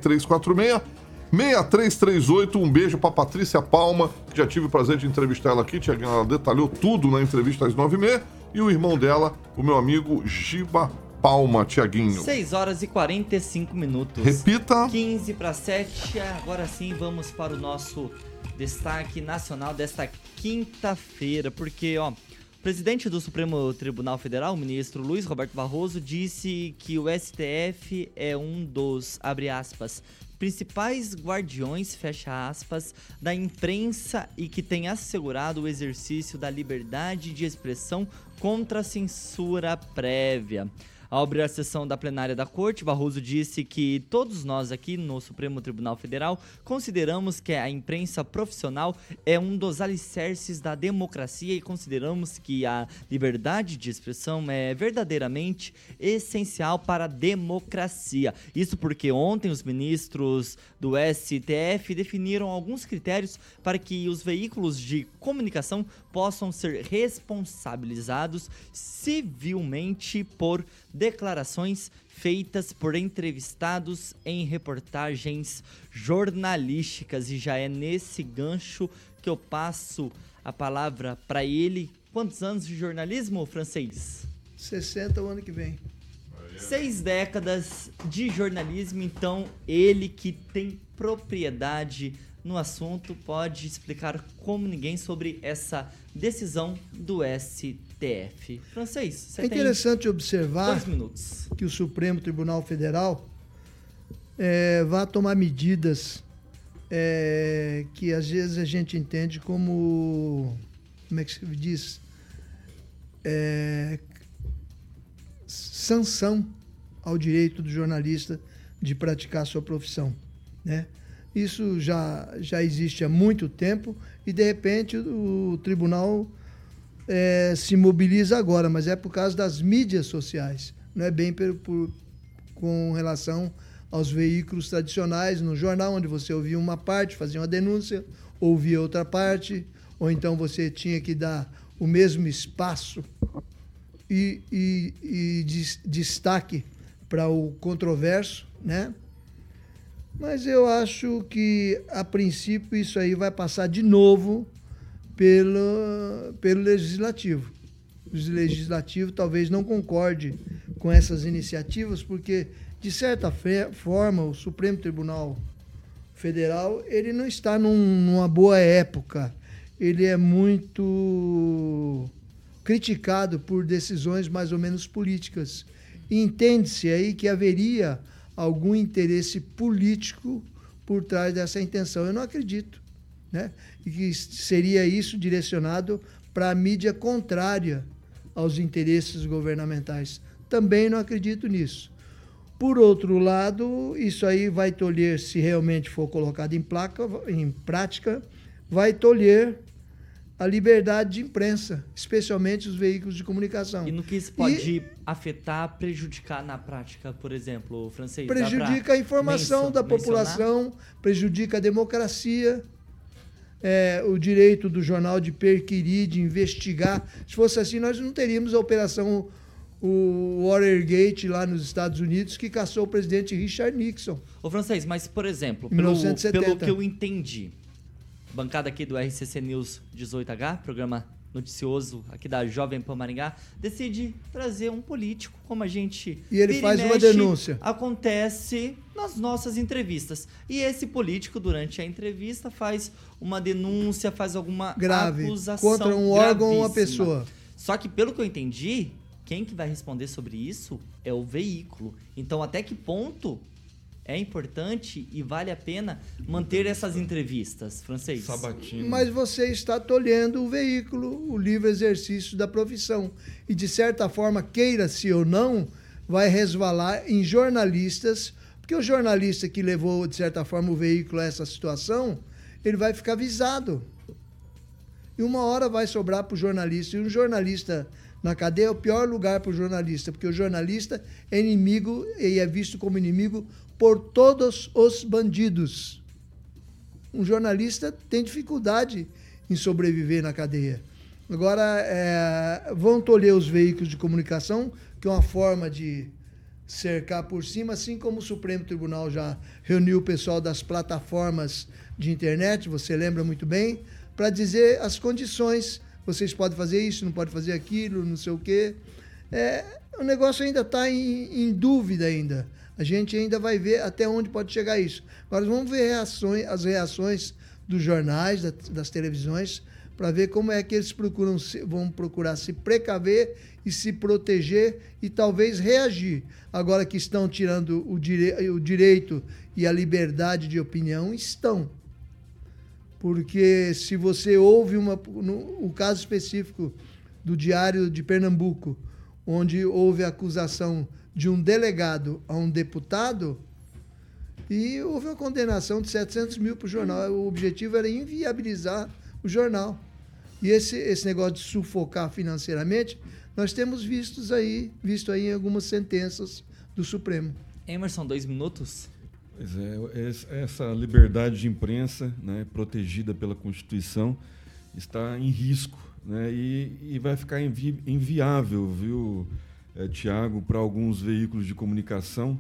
Speaker 3: 3346-6338. Um beijo para Patrícia Palma, que já tive o prazer de entrevistar ela aqui. Ela detalhou tudo na entrevista às 9h30. E o irmão dela, o meu amigo Giba Palma, Tiaguinho.
Speaker 2: 6h45.
Speaker 3: Repita.
Speaker 2: 6:45. Agora sim, vamos para o nosso destaque nacional desta quinta-feira, porque, ó, o presidente do Supremo Tribunal Federal, o ministro Luiz Roberto Barroso, disse que o STF é um dos, abre aspas, principais guardiões, fecha aspas, da imprensa e que tem assegurado o exercício da liberdade de expressão contra a censura prévia. Ao abrir a sessão da plenária da Corte, Barroso disse que todos nós aqui no Supremo Tribunal Federal consideramos que a imprensa profissional é um dos alicerces da democracia e consideramos que a liberdade de expressão é verdadeiramente essencial para a democracia. Isso porque ontem os ministros do STF definiram alguns critérios para que os veículos de comunicação possam ser responsabilizados civilmente por declarações feitas por entrevistados em reportagens jornalísticas. E já é nesse gancho que eu passo a palavra para ele. Quantos anos de jornalismo, francês?
Speaker 4: 60 o ano que vem.
Speaker 2: 6 décadas de jornalismo, então ele que tem propriedade no assunto pode explicar como ninguém sobre essa decisão do STF. Francês, você
Speaker 4: é interessante observar
Speaker 2: 2 minutos.
Speaker 4: Que o Supremo Tribunal Federal vai tomar medidas que às vezes a gente entende como é que se diz? Sanção ao direito do jornalista de praticar sua profissão, né? Isso já existe há muito tempo e, de repente, o tribunal se mobiliza agora, mas é por causa das mídias sociais, não é bem com relação aos veículos tradicionais, no jornal, onde você ouvia uma parte, fazia uma denúncia, ouvia outra parte, ou então você tinha que dar o mesmo espaço e destaque para o controverso, né? Mas eu acho que, a princípio, isso aí vai passar de novo pelo Legislativo. O Legislativo talvez não concorde com essas iniciativas, porque, de certa forma, o Supremo Tribunal Federal ele não está numa boa época. Ele é muito criticado por decisões mais ou menos políticas. E entende-se aí que haveria algum interesse político por trás dessa intenção. Eu não acredito, né? E que seria isso direcionado para a mídia contrária aos interesses governamentais. Também não acredito nisso. Por outro lado, isso aí vai tolher, se realmente for colocado em prática, vai tolher a liberdade de imprensa, especialmente os veículos de comunicação.
Speaker 2: E no que isso pode afetar, prejudicar na prática, por exemplo, francês?
Speaker 4: Prejudica a informação da população, prejudica a democracia, o direito do jornal de perquirir, de investigar. Se fosse assim, nós não teríamos a operação Watergate lá nos Estados Unidos, que caçou o presidente Richard Nixon.
Speaker 2: Ô, francês, mas, por exemplo, pelo que eu entendi, bancada aqui do RCC News 18H, programa noticioso aqui da Jovem Pan Maringá, decide trazer um político, como a gente...
Speaker 4: E ele faz uma denúncia.
Speaker 2: Acontece nas nossas entrevistas. E esse político, durante a entrevista, faz uma denúncia, faz alguma acusação
Speaker 4: contra um órgão ou uma pessoa.
Speaker 2: Só que, pelo que eu entendi, quem que vai responder sobre isso é o veículo. Então, até que ponto é importante e vale a pena manter essas entrevistas, Francês?
Speaker 6: Sabatino.
Speaker 4: Mas você está tolhendo o veículo, o livre exercício da profissão. E, de certa forma, queira-se ou não, vai resvalar em jornalistas, porque o jornalista que levou, de certa forma, o veículo a essa situação, ele vai ficar visado. E uma hora vai sobrar para o jornalista. E um jornalista na cadeia é o pior lugar para o jornalista, porque o jornalista é inimigo e é visto como inimigo por todos os bandidos. Um jornalista tem dificuldade em sobreviver na cadeia. Agora, vão tolher os veículos de comunicação, que é uma forma de cercar por cima, assim como o Supremo Tribunal já reuniu o pessoal das plataformas de internet, você lembra muito bem, para dizer as condições. Vocês podem fazer isso, não podem fazer aquilo, não sei o quê. O negócio ainda está em dúvida ainda. A gente ainda vai ver até onde pode chegar isso. Agora vamos ver as reações dos jornais, das televisões, para ver como é que eles vão procurar se precaver e se proteger e talvez reagir. Agora que estão tirando o direito e a liberdade de opinião, estão. Porque se você ouve o caso específico do Diário de Pernambuco, onde houve a acusação de um delegado a um deputado, e houve uma condenação de 700 mil para o jornal. O objetivo era inviabilizar o jornal. E esse negócio de sufocar financeiramente, nós temos visto aí em algumas sentenças do Supremo.
Speaker 2: Emerson, 2 minutos.
Speaker 6: Pois é, essa liberdade de imprensa, né, protegida pela Constituição, está em risco, né, e vai ficar inviável, viu, Tiago, para alguns veículos de comunicação.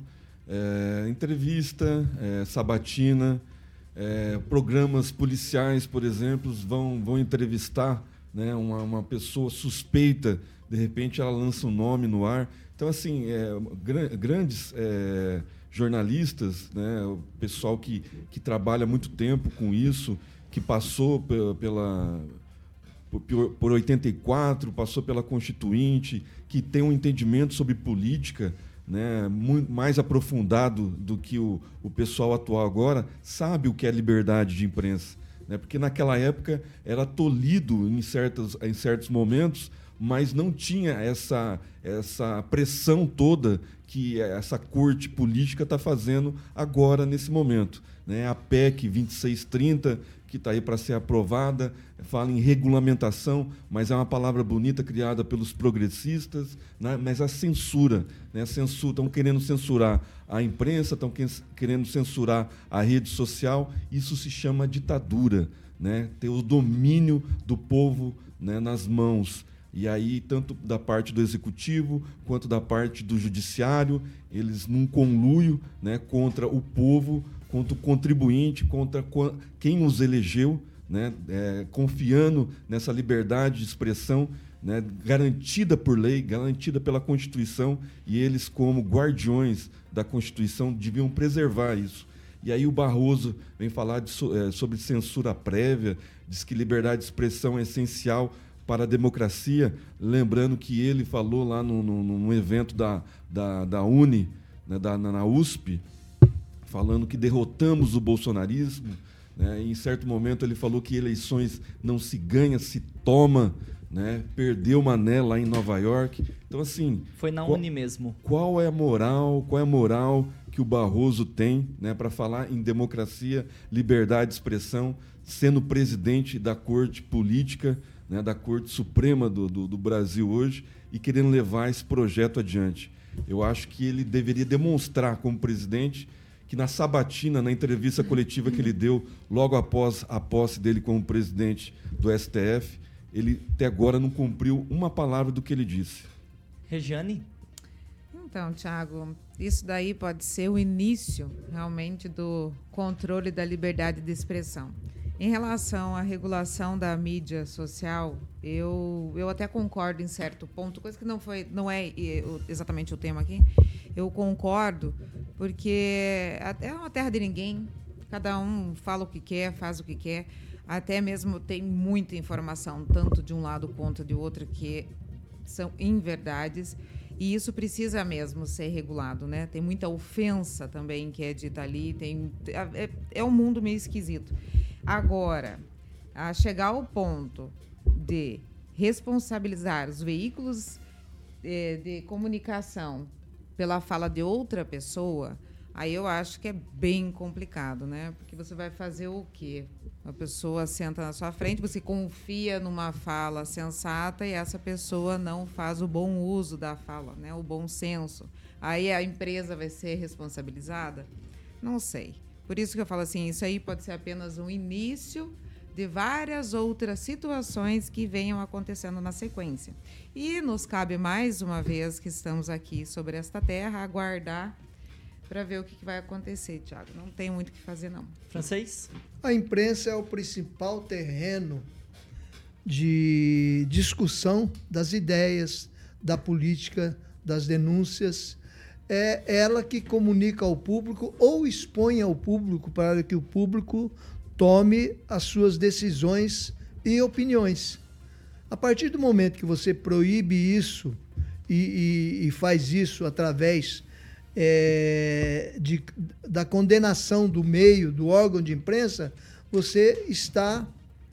Speaker 6: Entrevista, sabatina, programas policiais, por exemplo, vão entrevistar, né, uma pessoa suspeita, de repente ela lança um nome no ar. Então, assim, grandes jornalistas, né, o pessoal que trabalha muito tempo com isso, que passou por 84, passou pela Constituinte, que tem um entendimento sobre política, né, muito mais aprofundado do que o pessoal atual agora, sabe o que é liberdade de imprensa, né, porque naquela época era tolhido em certos momentos, mas não tinha essa pressão toda que essa corte política está fazendo agora, nesse momento, né? A PEC 2630, que está aí para ser aprovada, fala em regulamentação, mas é uma palavra bonita criada pelos progressistas, né? Mas a censura, né? Estão querendo censurar a imprensa, estão querendo censurar a rede social, isso se chama ditadura, né? Ter o domínio do povo, né, nas mãos. E aí, tanto da parte do executivo quanto da parte do judiciário, eles num conluio, né, contra o povo, contra o contribuinte, contra quem os elegeu, né, confiando nessa liberdade de expressão, né, garantida por lei, garantida pela Constituição, e eles, como guardiões da Constituição, deviam preservar isso. E aí o Barroso vem falar sobre censura prévia, diz que liberdade de expressão é essencial para a democracia, lembrando que ele falou lá num evento da Uni, né, na USP, falando que derrotamos o bolsonarismo, né, e em certo momento ele falou que eleições não se ganha, se toma, né, perdeu Mané lá em Nova York. Então, assim...
Speaker 2: Foi na Uni mesmo.
Speaker 6: Qual é a moral que o Barroso tem, né, para falar em democracia, liberdade de expressão, sendo presidente da corte política, né, da Corte Suprema do Brasil hoje, e querendo levar esse projeto adiante? Eu acho que ele deveria demonstrar, como presidente, que na sabatina, na entrevista coletiva que ele deu logo após a posse dele como presidente do STF, ele até agora não cumpriu uma palavra do que ele disse.
Speaker 2: Regiane?
Speaker 5: Então, Tiago, isso daí pode ser o início, realmente, do controle da liberdade de expressão. Em relação à regulação da mídia social, eu até concordo em certo ponto, coisa que não é exatamente o tema aqui. Eu concordo, porque é uma terra de ninguém, cada um fala o que quer, faz o que quer, até mesmo tem muita informação, tanto de um lado quanto de outro, que são inverdades. E isso precisa mesmo ser regulado, né? Tem muita ofensa também que é dita ali, é um mundo meio esquisito. Agora, a chegar ao ponto de responsabilizar os veículos de comunicação pela fala de outra pessoa, aí eu acho que é bem complicado, né? Porque você vai fazer o quê? A pessoa senta na sua frente, você confia numa fala sensata e essa pessoa não faz o bom uso da fala, né? O bom senso. Aí a empresa vai ser responsabilizada? Não sei. Por isso que eu falo assim, isso aí pode ser apenas um início de várias outras situações que venham acontecendo na sequência. E nos cabe, mais uma vez que estamos aqui sobre esta terra, aguardar para ver o que vai acontecer, Thiago. Não tem muito o que fazer, não.
Speaker 2: Francês?
Speaker 4: A imprensa é o principal terreno de discussão das ideias, da política, das denúncias. É ela que comunica ao público ou expõe ao público para que o público tome as suas decisões e opiniões. A partir do momento que você proíbe isso e faz isso através da condenação do meio, do órgão de imprensa, você está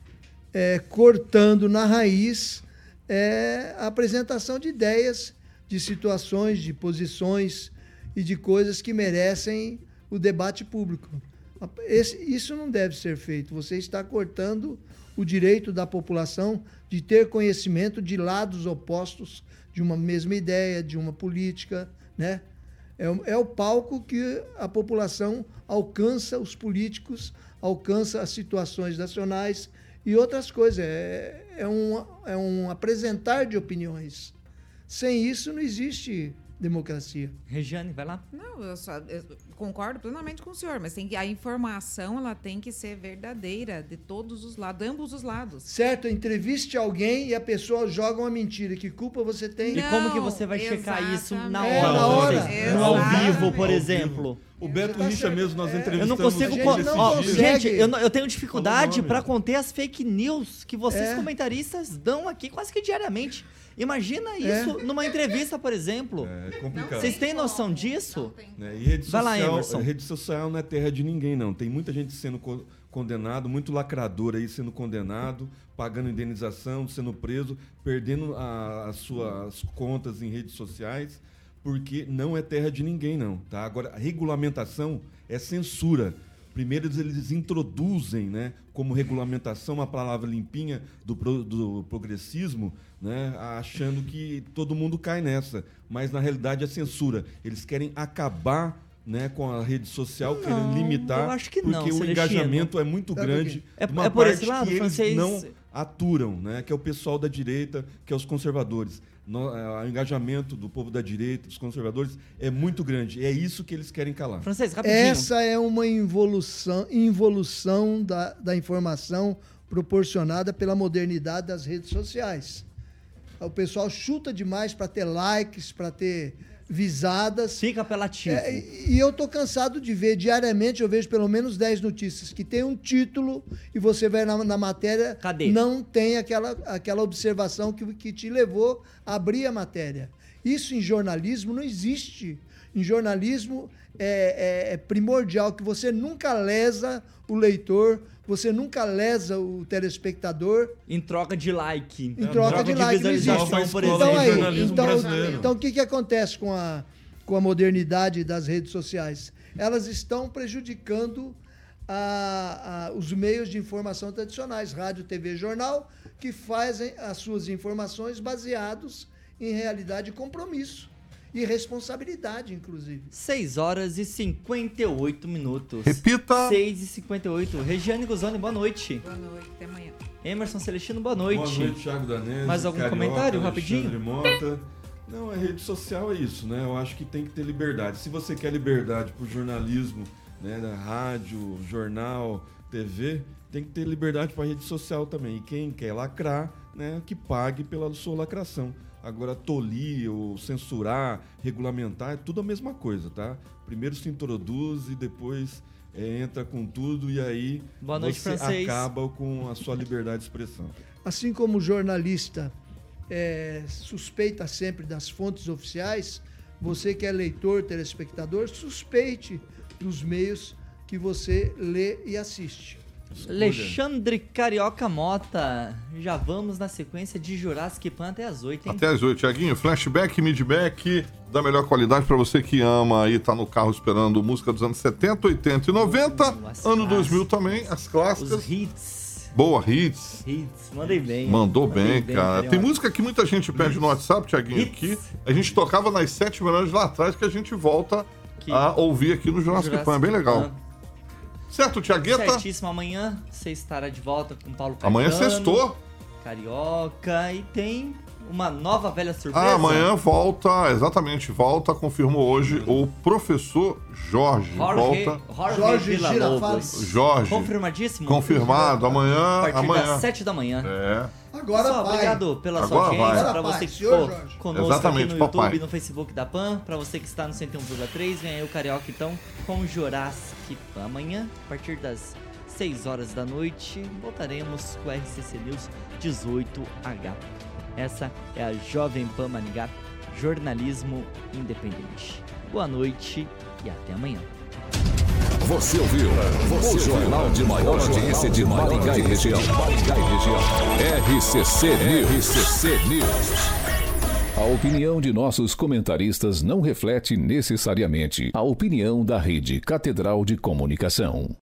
Speaker 4: cortando na raiz a apresentação de ideias, de situações, de posições e de coisas que merecem o debate público. Isso não deve ser feito. Você está cortando o direito da população de ter conhecimento de lados opostos de uma mesma ideia, de uma política, né? É o palco que a população alcança os políticos, alcança as situações nacionais e outras coisas. É um apresentar de opiniões. Sem isso não existe democracia.
Speaker 2: Regiane, vai lá.
Speaker 5: Não, eu concordo plenamente com o senhor, mas a informação ela tem que ser verdadeira de todos os lados, ambos os lados.
Speaker 4: Certo, entreviste alguém e a pessoa joga uma mentira. Que culpa você tem?
Speaker 2: E como que você vai checar isso na hora? Na hora. No ao vivo, por exemplo.
Speaker 6: O Beto Richa mesmo, nós entrevistamos...
Speaker 2: Eu não consigo... Gente, eu tenho dificuldade para conter as fake news que vocês comentaristas dão aqui quase que diariamente. Imagina isso numa entrevista, por exemplo.
Speaker 6: É complicado.
Speaker 2: Vocês têm noção disso?
Speaker 6: E rede social, vai lá, Emerson. Rede social não é terra de ninguém, não. Tem muita gente sendo condenado, muito lacrador aí sendo condenado, pagando indenização, sendo preso, perdendo as suas contas em redes sociais, porque não é terra de ninguém, não. Tá? Agora, a regulamentação é censura. Primeiro eles introduzem, né, como regulamentação, uma palavra limpinha do progressismo, né, achando que todo mundo cai nessa. Mas, na realidade, é censura. Eles querem acabar, né, com a rede social, querem limitar,
Speaker 2: eu acho que
Speaker 6: porque o engajamento é muito grande.
Speaker 2: É por esse lado,
Speaker 6: que
Speaker 2: francês...
Speaker 6: eles não aturam, né, que é o pessoal da direita, que é os conservadores. O engajamento do povo da direita, dos conservadores, é muito grande. É isso que eles querem calar.
Speaker 2: Francês, rapidinho.
Speaker 4: Essa é uma involução da informação proporcionada pela modernidade das redes sociais. O pessoal chuta demais para ter likes, para ter visadas.
Speaker 2: Fica apelativo.
Speaker 4: E eu estou cansado de ver diariamente, eu vejo pelo menos 10 notícias que tem um título e você vai na matéria, não tem aquela observação que te levou a abrir a matéria. Isso em jornalismo não existe. Em jornalismo é primordial que você nunca lesa o leitor, você nunca lesa o telespectador.
Speaker 2: Em troca de like.
Speaker 4: Em troca de like,
Speaker 2: visualização, por exemplo.
Speaker 4: Então o que acontece com a modernidade das redes sociais? Elas estão prejudicando os meios de informação tradicionais, rádio, TV, jornal, que fazem as suas informações baseados em realidade e compromisso. E responsabilidade, inclusive.
Speaker 2: 6h58.
Speaker 3: Repita.
Speaker 2: 6h58. Regiane Guzoni, boa noite.
Speaker 5: Boa noite, até amanhã.
Speaker 2: Emerson Celestino, boa noite.
Speaker 6: Boa noite, Thiago Danese.
Speaker 2: Mais algum
Speaker 6: Carioca,
Speaker 2: comentário, rapidinho?
Speaker 6: Mota. Não, a rede social é isso, né? Eu acho que tem que ter liberdade. Se você quer liberdade para o jornalismo, né, da rádio, jornal, TV, tem que ter liberdade para a rede social também. E quem quer lacrar, né, que pague pela sua lacração. Agora, tolir ou censurar, regulamentar, é tudo a mesma coisa, tá? Primeiro se introduz e depois entra com tudo e aí
Speaker 2: Boa noite,
Speaker 6: você
Speaker 2: francês.
Speaker 6: Acaba com a sua liberdade de expressão.
Speaker 4: Assim como o jornalista suspeita sempre das fontes oficiais. Você que é leitor, telespectador, suspeite dos meios que você lê e assiste.
Speaker 2: Alexandre Carioca Mota, já vamos na sequência de Jurassic Pan até as 8, hein?
Speaker 3: Até as 8, Thiaguinho. Flashback, midback, da melhor qualidade para você que ama aí, tá no carro esperando música dos anos 70, 80 e 90, ano 2000 também, as clássicas.
Speaker 2: Os hits.
Speaker 3: Boa, hits.
Speaker 2: Mandei bem.
Speaker 3: Mandou bem, cara. Carioca. Tem música que muita gente pede no WhatsApp, Thiaguinho, aqui. A gente tocava nas 7 melhores lá atrás, que a gente volta a ouvir aqui no Jurassic Pan. É bem legal. Certo, Thiagueta?
Speaker 2: Certíssimo. Amanhã você estará de volta com o Paulo Caetano.
Speaker 3: Amanhã sextou.
Speaker 2: Carioca. E tem uma nova velha surpresa.
Speaker 3: Amanhã volta, confirmou hoje o professor Jorge.
Speaker 4: Jorge Girafales.
Speaker 3: Jorge.
Speaker 2: Confirmadíssimo?
Speaker 3: Confirmado. Amanhã.
Speaker 2: A partir das 7 da manhã.
Speaker 4: Agora
Speaker 2: pessoal,
Speaker 4: vai.
Speaker 2: Obrigado pela sua audiência, para você que ficou conosco aqui no YouTube, no Facebook da PAN, para você que está no 101,3, vem aí o Carioca então com Jurassic Pan. Amanhã, a partir das 6 horas da noite, voltaremos com o RCC News 18H. Essa é a Jovem Pan Maringá, jornalismo independente. Boa noite e até amanhã.
Speaker 1: Você ouviu o jornal de maior audiência de Maringá e região. RCC News. A opinião de nossos comentaristas não reflete necessariamente a opinião da Rede Catedral de Comunicação.